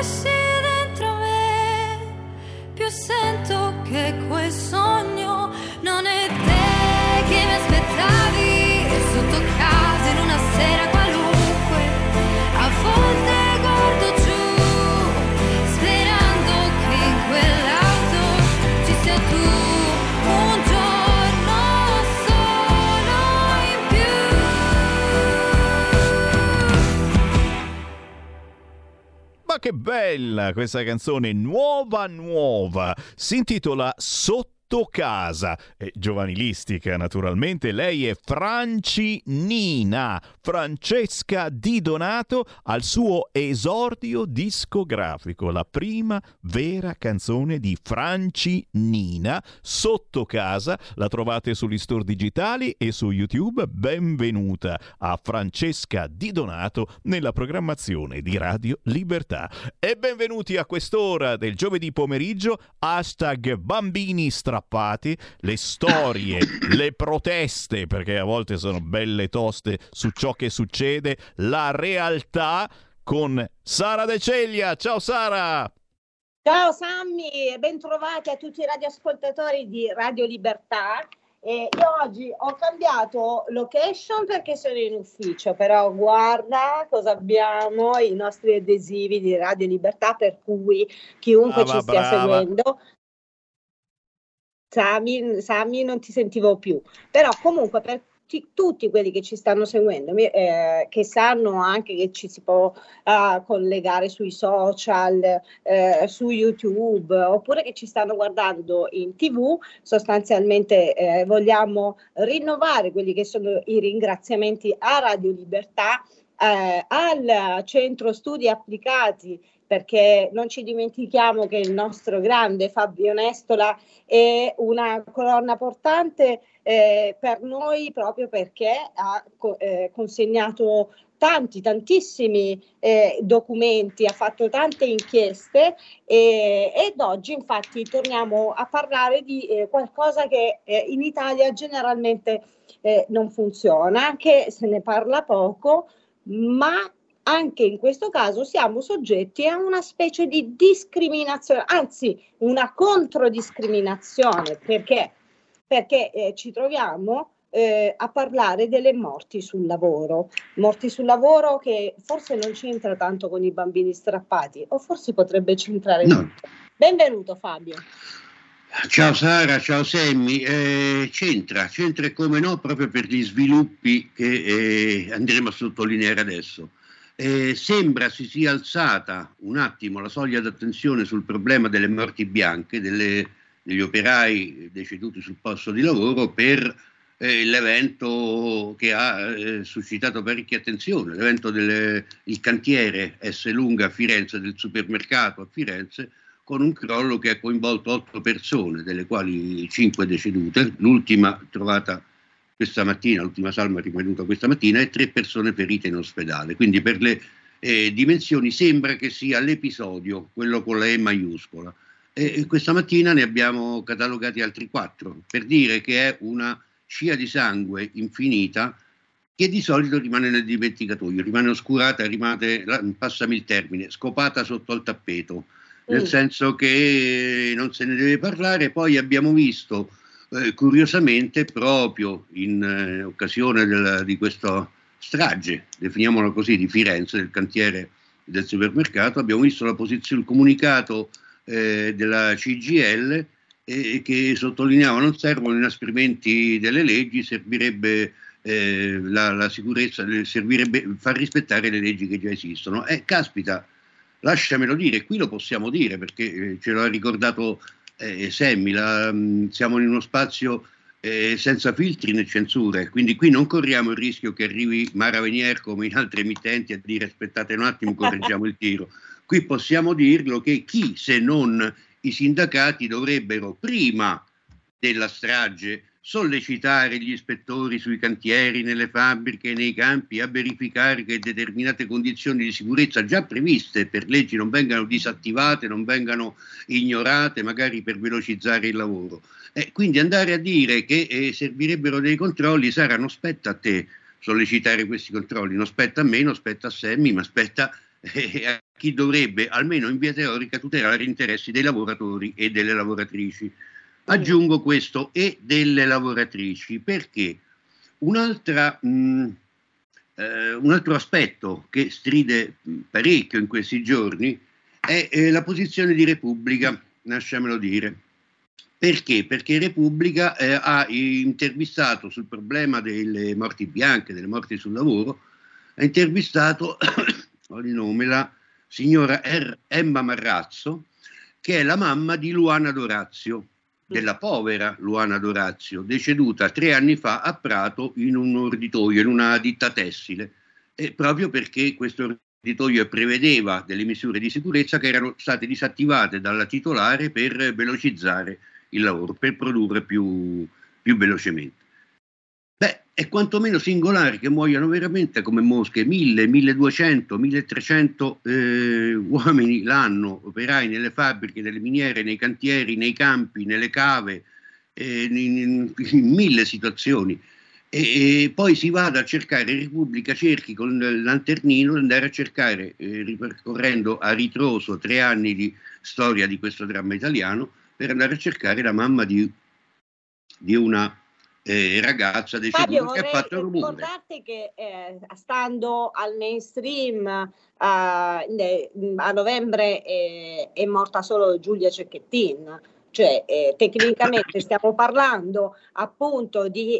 cresci dentro me, più sento che quel sogno non è te che mi aspettavi sotto casa in una sera qualunque. A volte guardo giù sperando che in quell'auto ci sia tu, un giorno solo in più. Ma che bella questa canzone nuova, si intitola Sotto casa, è giovanilistica naturalmente. Lei è Francinina, Francesca Di Donato, al suo esordio discografico, la prima vera canzone di Francinina, Sotto casa. La trovate sugli store digitali e su YouTube. Benvenuta a Francesca Di Donato nella programmazione di Radio Libertà e benvenuti a quest'ora del giovedì pomeriggio. Hashtag bambini strappati, le storie, le proteste, perché a volte sono belle toste su ciò che succede, la realtà, con Sara De Ceglia. Ciao Sara! Ciao Sammy e bentrovati a tutti i radioascoltatori di Radio Libertà. Io oggi ho cambiato location perché sono in ufficio, però guarda cosa abbiamo, i nostri adesivi di Radio Libertà, per cui chiunque ci stia seguendo. Sammy, non ti sentivo più, però comunque per tutti quelli che ci stanno seguendo, che sanno anche che ci si può collegare sui social, su YouTube, oppure che ci stanno guardando in TV, sostanzialmente vogliamo rinnovare quelli che sono i ringraziamenti a Radio Libertà, al Centro Studi Applicati, perché non ci dimentichiamo che il nostro grande Fabio Nestola è una colonna portante per noi, proprio perché ha consegnato tantissimi documenti, ha fatto tante inchieste ed oggi infatti torniamo a parlare di qualcosa che in Italia generalmente non funziona, che se ne parla poco, ma anche in questo caso siamo soggetti a una specie di discriminazione, anzi una controdiscriminazione, perché ci troviamo a parlare delle morti sul lavoro che forse non c'entra tanto con i bambini strappati, o forse potrebbe centrare tutto. Benvenuto Fabio. Ciao Sara, ciao Sammy. C'entra e come no, proprio per gli sviluppi che andremo a sottolineare adesso. Sembra si sia alzata un attimo la soglia d'attenzione sul problema delle morti bianche, degli operai deceduti sul posto di lavoro, per l'evento che ha suscitato parecchia attenzione, l'evento del cantiere S. Lunga a Firenze, del supermercato a Firenze, con un crollo che ha coinvolto 8 persone, delle quali 5 decedute, l'ultima trovata questa mattina, l'ultima salma rimanuta questa mattina, e 3 persone ferite in ospedale. Quindi per le dimensioni sembra che sia l'episodio, quello con la E maiuscola. E questa mattina ne abbiamo catalogati altri 4, per dire che è una scia di sangue infinita che di solito rimane nel dimenticatoio, rimane oscurata, rimane, passami il termine, scopata sotto al tappeto, nel senso che non se ne deve parlare. Poi abbiamo visto curiosamente, proprio in occasione di questa strage, definiamola così, di Firenze, del cantiere del supermercato, abbiamo visto il comunicato della CGIL che sottolineava: non servono inasprimenti delle leggi, servirebbe la sicurezza, servirebbe far rispettare le leggi che già esistono. Caspita, lasciamelo dire, qui lo possiamo dire perché ce l'ha ricordato Sammy, siamo in uno spazio senza filtri né censure, quindi qui non corriamo il rischio che arrivi Mara Venier come in altre emittenti a dire aspettate un attimo, correggiamo il tiro. Qui possiamo dirlo che chi, se non i sindacati, dovrebbero prima della strage sollecitare gli ispettori sui cantieri, nelle fabbriche e nei campi a verificare che determinate condizioni di sicurezza già previste per leggi non vengano disattivate, non vengano ignorate, magari per velocizzare il lavoro. Quindi andare a dire che servirebbero dei controlli, Sara, non spetta a te sollecitare questi controlli, non spetta a me, non spetta a Sammy, ma spetta a chi dovrebbe, almeno in via teorica, tutelare gli interessi dei lavoratori e delle lavoratrici. Aggiungo questo e delle lavoratrici perché un altro aspetto che stride parecchio in questi giorni è la posizione di Repubblica, lasciamelo dire. Perché? Perché Repubblica ha intervistato sul problema delle morti bianche, delle morti sul lavoro, ha intervistato ho il nome, la signora Emma Marrazzo, che è la mamma di Luana D'Orazio, della povera Luana D'Orazio, deceduta 3 anni fa a Prato in un orditoio, in una ditta tessile, proprio perché questo orditoio prevedeva delle misure di sicurezza che erano state disattivate dalla titolare per velocizzare il lavoro, per produrre più velocemente. È quantomeno singolare che muoiano veramente come mosche 1000, 1200, 1300 uomini l'anno, operai nelle fabbriche, nelle miniere, nei cantieri, nei campi, nelle cave, in 1000 situazioni. E poi si vada a cercare, Repubblica cerchi con il lanternino, andare a cercare, ripercorrendo a ritroso 3 anni di storia di questo dramma italiano, per andare a cercare la mamma di una ragazza deceduta che ha fatto rumore. Ricordarti che stando al mainstream a novembre è morta solo Giulia Cecchettin, cioè tecnicamente stiamo parlando appunto di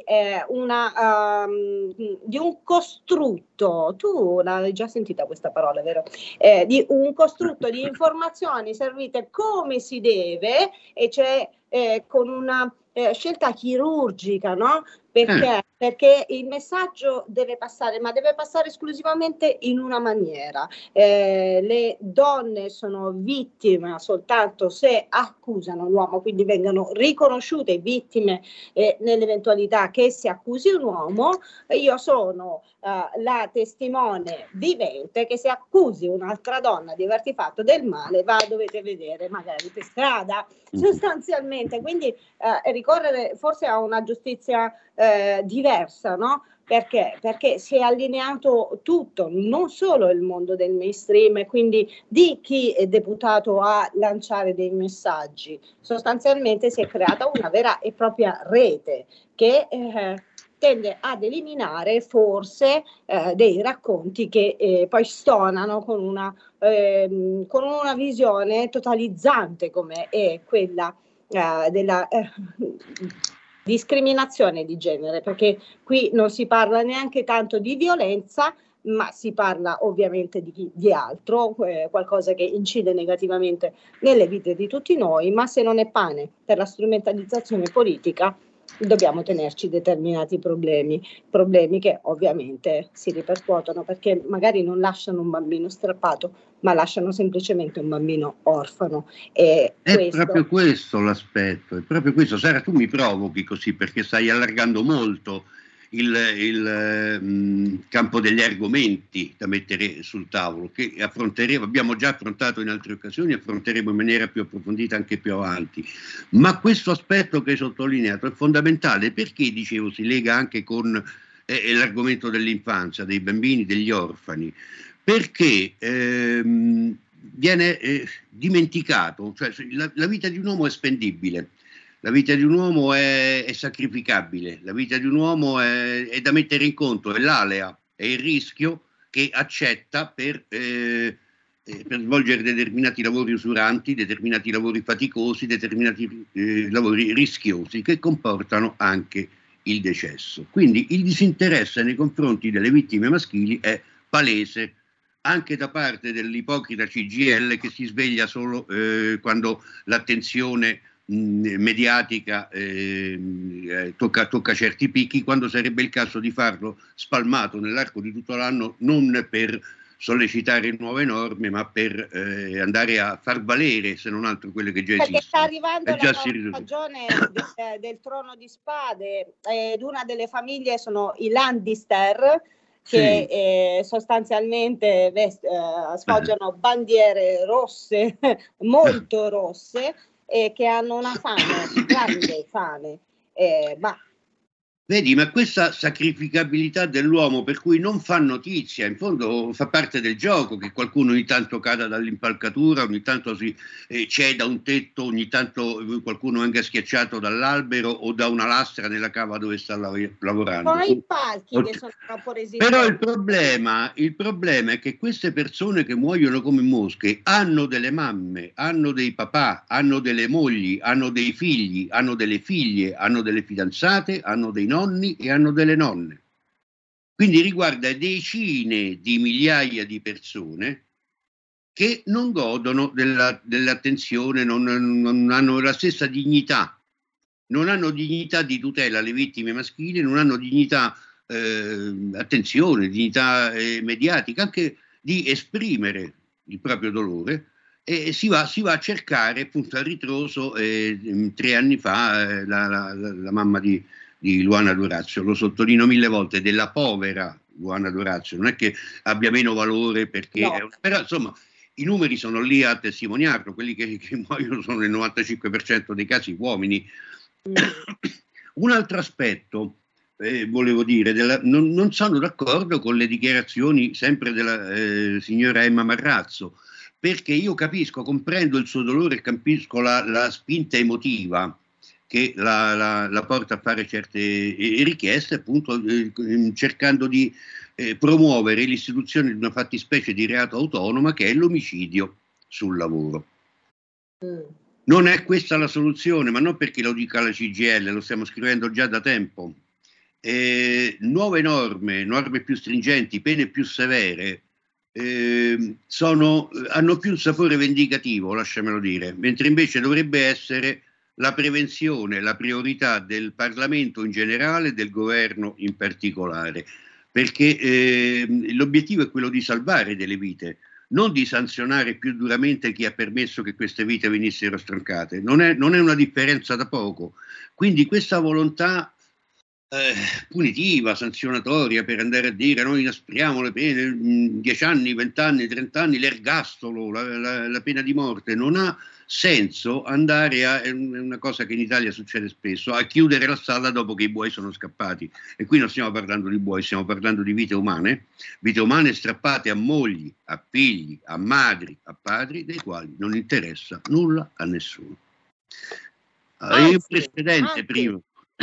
un costrutto, tu l'hai già sentita questa parola, vero? Di un costrutto di informazioni servite come si deve, e cioè con una scelta chirurgica, no? Perché il messaggio deve passare, ma deve passare esclusivamente in una maniera. Le donne sono vittime soltanto se accusano l'uomo, quindi vengono riconosciute vittime nell'eventualità che si accusi un uomo. Io sono la testimone vivente che se accusi un'altra donna di averti fatto del male, dovete vedere magari per strada, sostanzialmente. Quindi ricorrere forse a una giustizia diversa, no? Perché? Perché si è allineato tutto, non solo il mondo del mainstream, e quindi di chi è deputato a lanciare dei messaggi. Sostanzialmente si è creata una vera e propria rete che tende ad eliminare forse dei racconti che poi stonano con una visione totalizzante come è quella della discriminazione di genere, perché qui non si parla neanche tanto di violenza, ma si parla ovviamente di altro, qualcosa che incide negativamente nelle vite di tutti noi, ma se non è pane per la strumentalizzazione politica, dobbiamo tenerci determinati problemi che ovviamente si ripercuotono, perché magari non lasciano un bambino strappato, ma lasciano semplicemente un bambino orfano. È proprio questo l'aspetto, è proprio questo. Sara, tu mi provochi così perché stai allargando molto il campo degli argomenti da mettere sul tavolo, che abbiamo già affrontato in altre occasioni, affronteremo in maniera più approfondita anche più avanti. Ma questo aspetto che hai sottolineato è fondamentale, perché, dicevo, si lega anche con l'argomento dell'infanzia, dei bambini, degli orfani, perché viene dimenticato, cioè la vita di un uomo è spendibile. La vita di un uomo è sacrificabile, la vita di un uomo è da mettere in conto, è l'alea, è il rischio che accetta per svolgere determinati lavori usuranti, determinati lavori faticosi, determinati lavori rischiosi che comportano anche il decesso. Quindi il disinteresse nei confronti delle vittime maschili è palese, anche da parte dell'ipocrita CGIL che si sveglia solo quando l'attenzione mediatica tocca certi picchi, quando sarebbe il caso di farlo spalmato nell'arco di tutto l'anno, non per sollecitare nuove norme, ma per andare a far valere, se non altro, quelle che già esistono. Perché sta arrivando la stagione del Trono di Spade, ed una delle famiglie sono i Lannister, che sostanzialmente sfoggiano bandiere rosse, molto rosse, che hanno una fame, grande fame, ma Vedi, ma questa sacrificabilità dell'uomo per cui non fa notizia, in fondo fa parte del gioco, che qualcuno ogni tanto cada dall'impalcatura, ogni tanto si ceda un tetto, ogni tanto qualcuno venga schiacciato dall'albero o da una lastra nella cava dove sta lavorando. Poi i palchi che sono troppo resistenti. Però il problema è che queste persone che muoiono come mosche hanno delle mamme, hanno dei papà, hanno delle mogli, hanno dei figli, hanno delle figlie, hanno delle fidanzate, hanno dei nonni e hanno delle nonne. Quindi riguarda decine di migliaia di persone che non godono dell'attenzione, non hanno la stessa dignità, non hanno dignità di tutela alle vittime maschili, non hanno dignità, attenzione, dignità mediatica, anche di esprimere il proprio dolore, e si va a cercare appunto a ritroso 3 anni fa la mamma di Luana D'Orazio. Lo sottolineo 1000 volte, della povera Luana D'Orazio, non è che abbia meno valore perché No. però insomma i numeri sono lì a testimoniarlo, quelli che muoiono sono nel 95% dei casi uomini. Un altro aspetto volevo dire, non sono d'accordo con le dichiarazioni sempre della signora Emma Marrazzo, perché io comprendo il suo dolore, capisco la spinta emotiva che la porta a fare certe richieste, appunto cercando di promuovere l'istituzione di una fattispecie di reato autonoma che è l'omicidio sul lavoro. Non è questa la soluzione, ma non perché lo dica la CGIL, lo stiamo scrivendo già da tempo. Nuove norme più stringenti, pene più severe, hanno più un sapore vendicativo, lasciamelo dire, mentre invece dovrebbe essere la prevenzione, la priorità del Parlamento in generale e del governo in particolare, perché l'obiettivo è quello di salvare delle vite, non di sanzionare più duramente chi ha permesso che queste vite venissero stroncate. Non è una differenza da poco. Quindi questa volontà punitiva, sanzionatoria, per andare a dire noi inaspriamo le pene, 10 anni, 20 anni, 30 anni, l'ergastolo, la pena di morte, non ha senso andare è una cosa che in Italia succede spesso, a chiudere la sala dopo che i buoi sono scappati. E qui non stiamo parlando di buoi, stiamo parlando di vite umane strappate a mogli, a figli, a madri, a padri, dei quali non interessa nulla a nessuno. Avevo un precedente prima.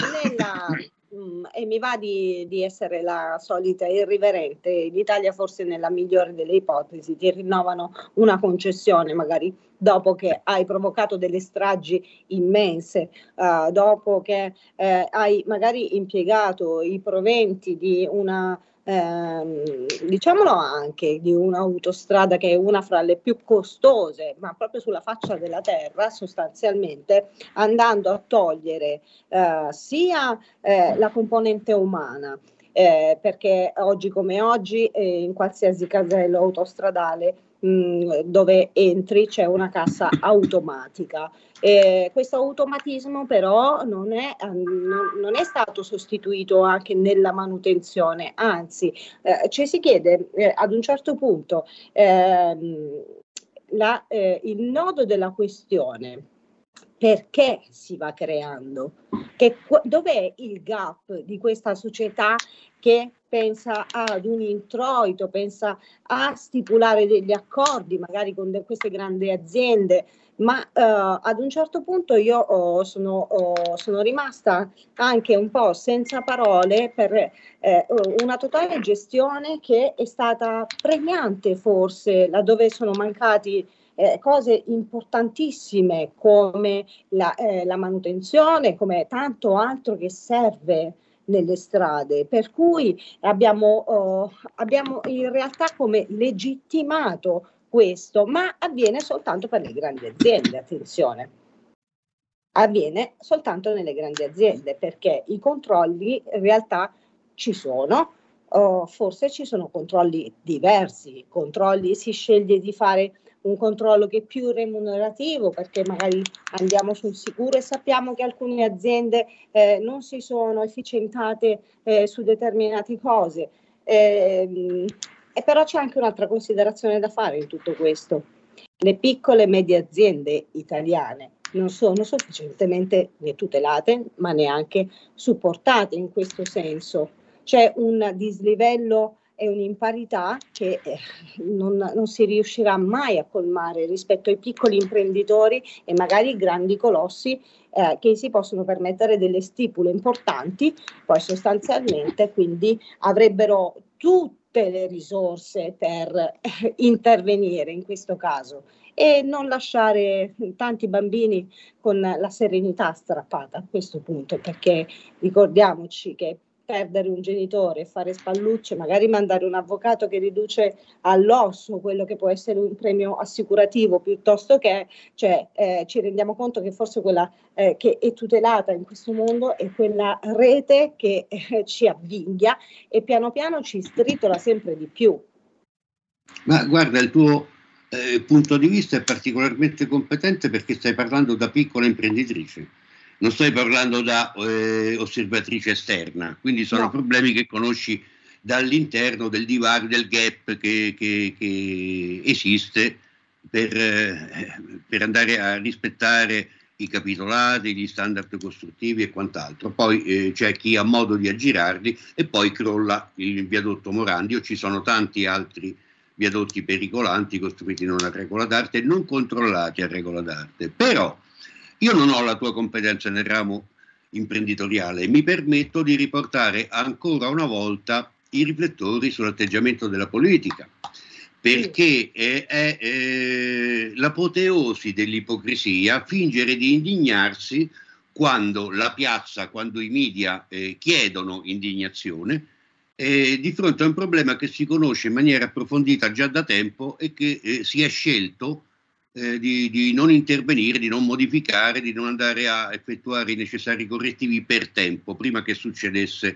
E mi va di essere la solita irriverente. In Italia, forse nella migliore delle ipotesi, ti rinnovano una concessione magari dopo che hai provocato delle stragi immense, dopo che hai magari impiegato i proventi di una diciamolo anche, di un'autostrada che è una fra le più costose, ma proprio sulla faccia della terra, sostanzialmente andando a togliere sia la componente umana, perché oggi come oggi in qualsiasi casello autostradale dove entri c'è una cassa automatica. Questo automatismo però non è stato sostituito anche nella manutenzione, anzi ci si chiede ad un certo punto il nodo della questione. Perché si va creando? Dov'è il gap di questa società che pensa ad un introito, pensa a stipulare degli accordi magari con queste grandi aziende, ma ad un certo punto io sono rimasta anche un po' senza parole per una totale gestione che è stata pregnante, forse laddove sono mancati cose importantissime come la manutenzione, come tanto altro che serve nelle strade, per cui abbiamo in realtà come legittimato questo, ma avviene soltanto per le grandi aziende, attenzione, avviene soltanto nelle grandi aziende, perché i controlli in realtà ci sono, forse ci sono controlli diversi, si sceglie di fare un controllo che è più remunerativo perché magari andiamo sul sicuro e sappiamo che alcune aziende non si sono efficientate su determinate cose, e però c'è anche un'altra considerazione da fare in tutto questo. Le piccole e medie aziende italiane non sono sufficientemente né tutelate, ma neanche supportate in questo senso. C'è un dislivello e un'imparità che non si riuscirà mai a colmare rispetto ai piccoli imprenditori e magari grandi colossi che si possono permettere delle stipule importanti, poi sostanzialmente quindi avrebbero tutte le risorse per intervenire in questo caso e non lasciare tanti bambini con la serenità strappata a questo punto, perché ricordiamoci che perdere un genitore, fare spallucce, magari mandare un avvocato che riduce all'osso quello che può essere un premio assicurativo piuttosto che, ci rendiamo conto che forse quella che è tutelata in questo mondo è quella rete che ci avvinghia e piano piano ci stritola sempre di più. Ma guarda, il tuo punto di vista è particolarmente competente perché stai parlando da piccola imprenditrice. Non stai parlando da osservatrice esterna, quindi sono problemi che conosci dall'interno del divario, del gap che esiste per andare a rispettare i capitolati, gli standard costruttivi e quant'altro. Poi c'è chi ha modo di aggirarli e poi crolla il viadotto Morandi, o ci sono tanti altri viadotti pericolanti costruiti non a regola d'arte e non controllati a regola d'arte. Però io non ho la tua competenza nel ramo imprenditoriale e mi permetto di riportare ancora una volta i riflettori sull'atteggiamento della politica, perché è l'apoteosi dell'ipocrisia fingere di indignarsi quando la piazza, quando i media chiedono indignazione di fronte a un problema che si conosce in maniera approfondita già da tempo e che si è scelto di non intervenire, di non modificare, di non andare a effettuare i necessari correttivi per tempo, prima che succedesse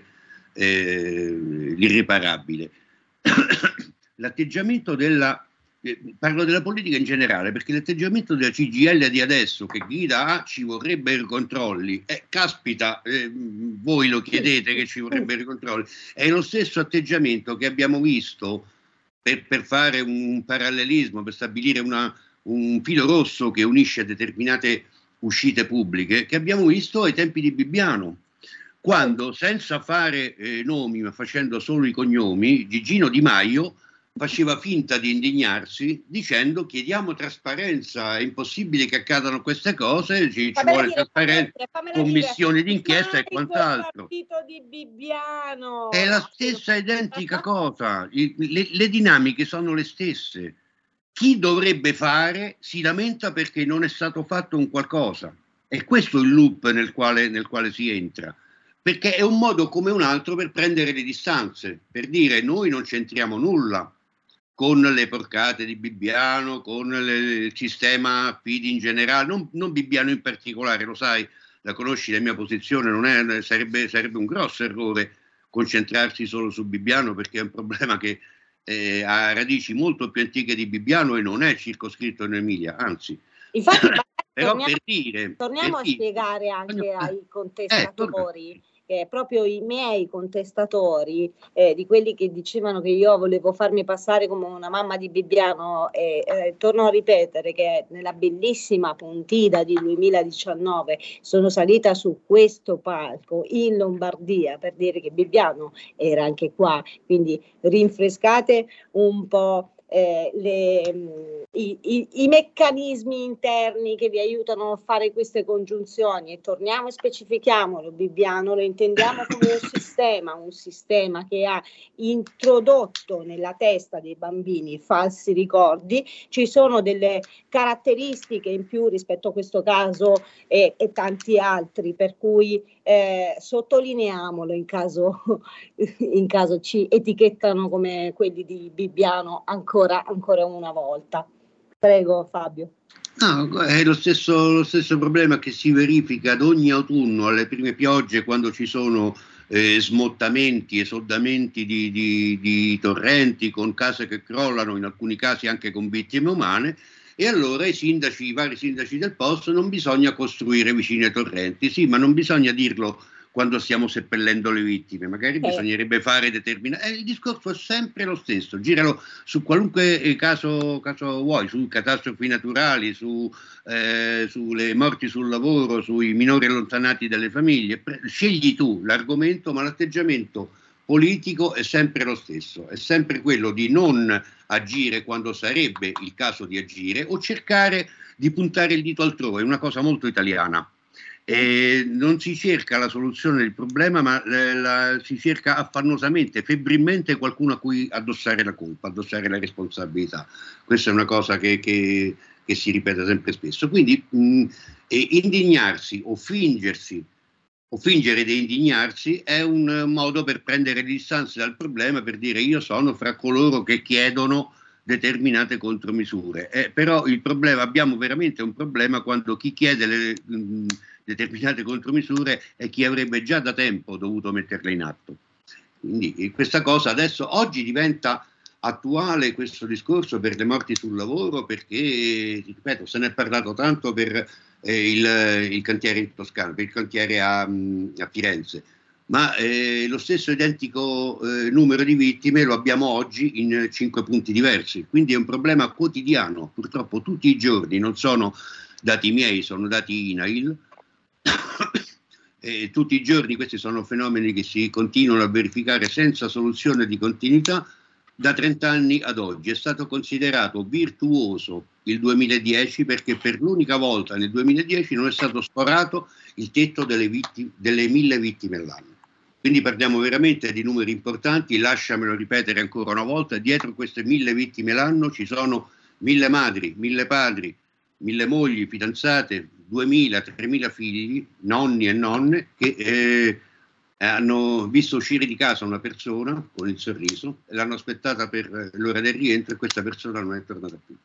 l'irreparabile. L'atteggiamento parlo della politica in generale, perché l'atteggiamento della CGIL di adesso, che grida ci vorrebbero i controlli, caspita, voi lo chiedete che ci vorrebbero i controlli, è lo stesso atteggiamento che abbiamo visto per fare un parallelismo, per stabilire un filo rosso che unisce determinate uscite pubbliche, che abbiamo visto ai tempi di Bibbiano, quando senza fare nomi ma facendo solo i cognomi, Gigino Di Maio faceva finta di indignarsi dicendo chiediamo trasparenza, è impossibile che accadano queste cose, ci vuole trasparenza, commissioni d'inchiesta e quant'altro. Di Bibbiano. È la stessa identica cosa, le dinamiche sono le stesse. Chi dovrebbe fare si lamenta perché non è stato fatto un qualcosa. E questo è il loop nel quale si entra. Perché è un modo come un altro per prendere le distanze, per dire noi non c'entriamo nulla con le porcate di Bibbiano, con il sistema affidi in generale, non Bibbiano in particolare, lo sai, la conosci la mia posizione, sarebbe un grosso errore concentrarsi solo su Bibbiano, perché è un problema che ha radici molto più antiche di Bibbiano e non è circoscritto in Emilia, anzi. Infatti, però torniamo a spiegare anche ai contestatori, che proprio i miei contestatori, di quelli che dicevano che io volevo farmi passare come una mamma di Bibbiano, torno a ripetere che nella bellissima puntita di 2019 sono salita su questo palco in Lombardia per dire che Bibbiano era anche qua, quindi rinfrescate un po' i meccanismi interni che vi aiutano a fare queste congiunzioni, e torniamo e specifichiamolo, Bibbiano lo intendiamo come un sistema che ha introdotto nella testa dei bambini falsi ricordi. Ci sono delle caratteristiche in più rispetto a questo caso e tanti altri, per cui sottolineiamolo in caso ci etichettano come quelli di Bibbiano ancora una volta. Prego Fabio. No, è lo stesso problema che si verifica ad ogni autunno alle prime piogge, quando ci sono smottamenti, esondamenti di torrenti con case che crollano, in alcuni casi anche con vittime umane, e allora i vari sindaci del posto: non bisogna costruire vicino ai torrenti. Sì, ma non bisogna dirlo quando stiamo seppellendo le vittime, magari bisognerebbe fare determinati. Il discorso è sempre lo stesso, giralo su qualunque caso vuoi, su catastrofi naturali, sulle morti sul lavoro, sui minori allontanati dalle famiglie. Scegli tu l'argomento, ma l'atteggiamento politico è sempre lo stesso, è sempre quello di non agire quando sarebbe il caso di agire o cercare di puntare il dito altrove, è una cosa molto italiana. Non si cerca la soluzione del problema, ma si cerca affannosamente, febbrilmente qualcuno a cui addossare la colpa, addossare la responsabilità. Questa è una cosa che si ripete sempre spesso. Quindi indignarsi o fingere di indignarsi è un modo per prendere le distanze dal problema, per dire io sono fra coloro che chiedono determinate contromisure. Però il problema, abbiamo veramente un problema quando chi chiede le determinate contromisure è chi avrebbe già da tempo dovuto metterle in atto. Quindi questa cosa adesso, oggi diventa attuale questo discorso per le morti sul lavoro, perché, ripeto, se ne è parlato tanto per il cantiere in Toscana, per il cantiere a Firenze, ma lo stesso identico numero di vittime lo abbiamo oggi in 5 punti diversi, quindi è un problema quotidiano, purtroppo tutti i giorni, non sono dati miei, sono dati INAIL, e tutti i giorni questi sono fenomeni che si continuano a verificare senza soluzione di continuità. Da 30 anni ad oggi è stato considerato virtuoso il 2010 perché per l'unica volta nel 2010 non è stato sforato il tetto delle 1000 vittime all'anno. Quindi parliamo veramente di numeri importanti. Lasciamelo ripetere ancora una volta, dietro queste 1000 vittime l'anno ci sono 1000 madri, 1000 padri, 1000 mogli, fidanzate, 2000, 3000 figli, nonni e nonne che hanno visto uscire di casa una persona con il sorriso e l'hanno aspettata per l'ora del rientro e questa persona non è tornata più.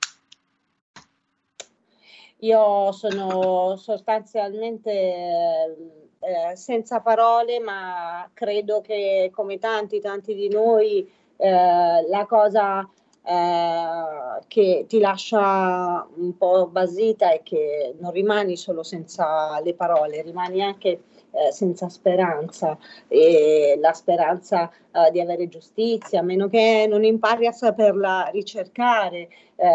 Io sono sostanzialmente senza parole, ma credo che come tanti di noi la cosa che ti lascia un po' basita è che non rimani solo senza le parole, rimani anche senza speranza, e la speranza di avere giustizia, a meno che non impari a saperla ricercare.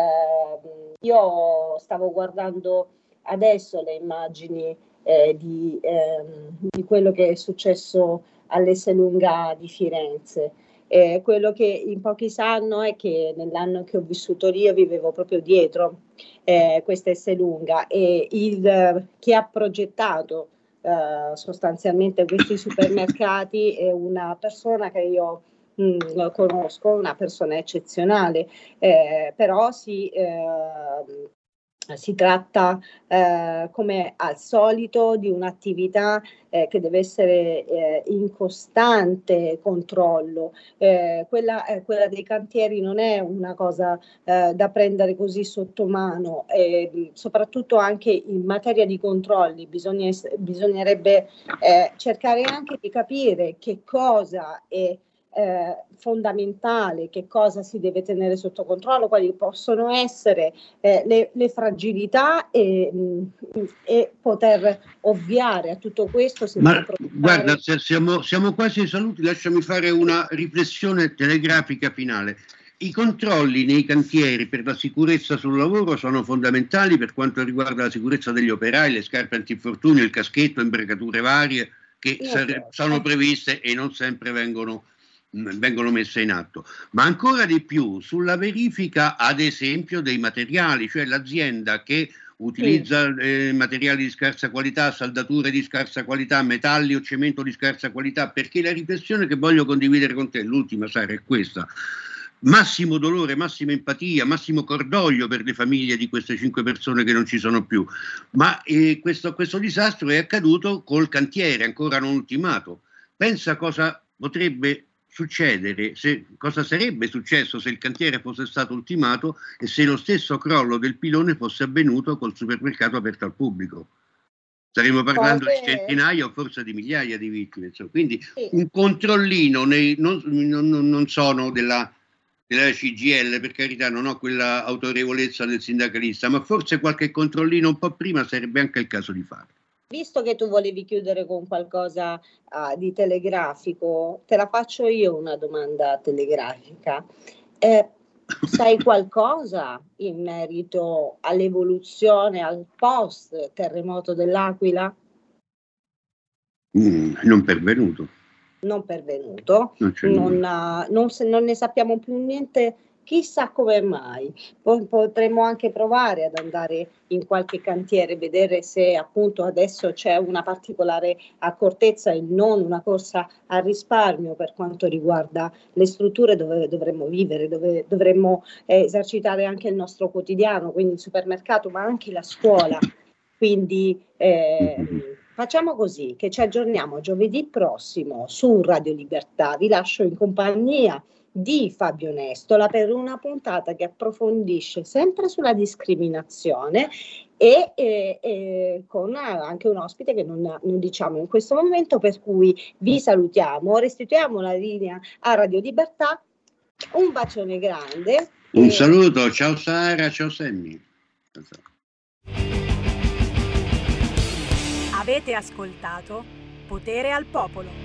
Io stavo guardando adesso le immagini di quello che è successo all'Esselunga di Firenze. Quello che in pochi sanno è che nell'anno che ho vissuto lì io vivevo proprio dietro questa Esselunga, e chi ha progettato sostanzialmente questi supermercati è una persona che io conosco, una persona eccezionale, però si tratta come al solito di un'attività che deve essere in costante controllo. Quella dei cantieri non è una cosa da prendere così sotto mano, soprattutto anche in materia di controlli bisognerebbe cercare anche di capire che cosa è fondamentale, che cosa si deve tenere sotto controllo, quali possono essere le fragilità e poter ovviare a tutto questo. Ma guarda, siamo quasi ai saluti, lasciami fare una riflessione telegrafica finale. I controlli nei cantieri per la sicurezza sul lavoro sono fondamentali per quanto riguarda la sicurezza degli operai, le scarpe antinfortunio, il caschetto, imbragature varie che sono previste e non sempre vengono messe in atto, ma ancora di più sulla verifica ad esempio dei materiali, cioè l'azienda che utilizza materiali di scarsa qualità, saldature di scarsa qualità, metalli o cemento di scarsa qualità, perché la riflessione che voglio condividere con te, l'ultima Sara, è questa: massimo dolore, massima empatia, massimo cordoglio per le famiglie di queste 5 persone che non ci sono più, ma questo disastro è accaduto col cantiere ancora non ultimato. Pensa cosa potrebbe succedere, cosa sarebbe successo se il cantiere fosse stato ultimato e se lo stesso crollo del pilone fosse avvenuto col supermercato aperto al pubblico. Staremmo parlando di centinaia o forse di migliaia di vittime. Quindi un controllino, non sono della CGIL, per carità, non ho quella autorevolezza del sindacalista, ma forse qualche controllino un po' prima sarebbe anche il caso di farlo. visto che tu volevi chiudere con qualcosa di telegrafico, te la faccio io una domanda telegrafica. Sai qualcosa in merito all'evoluzione, al post terremoto dell'Aquila? Non pervenuto. Non pervenuto, non ne sappiamo più niente, chissà come mai. Potremmo anche provare ad andare in qualche cantiere, vedere se appunto adesso c'è una particolare accortezza e non una corsa al risparmio per quanto riguarda le strutture dove dovremmo vivere, dove dovremmo esercitare anche il nostro quotidiano, quindi il supermercato, ma anche la scuola. Quindi facciamo così, che ci aggiorniamo giovedì prossimo su Radio Libertà. Vi lascio in compagnia di Fabio Nestola per una puntata che approfondisce sempre sulla discriminazione e con anche un ospite che non diciamo in questo momento, per cui vi salutiamo, restituiamo la linea a Radio Libertà. Un bacione grande. Un saluto, ciao Sara, ciao Sammy. Avete ascoltato Potere al Popolo.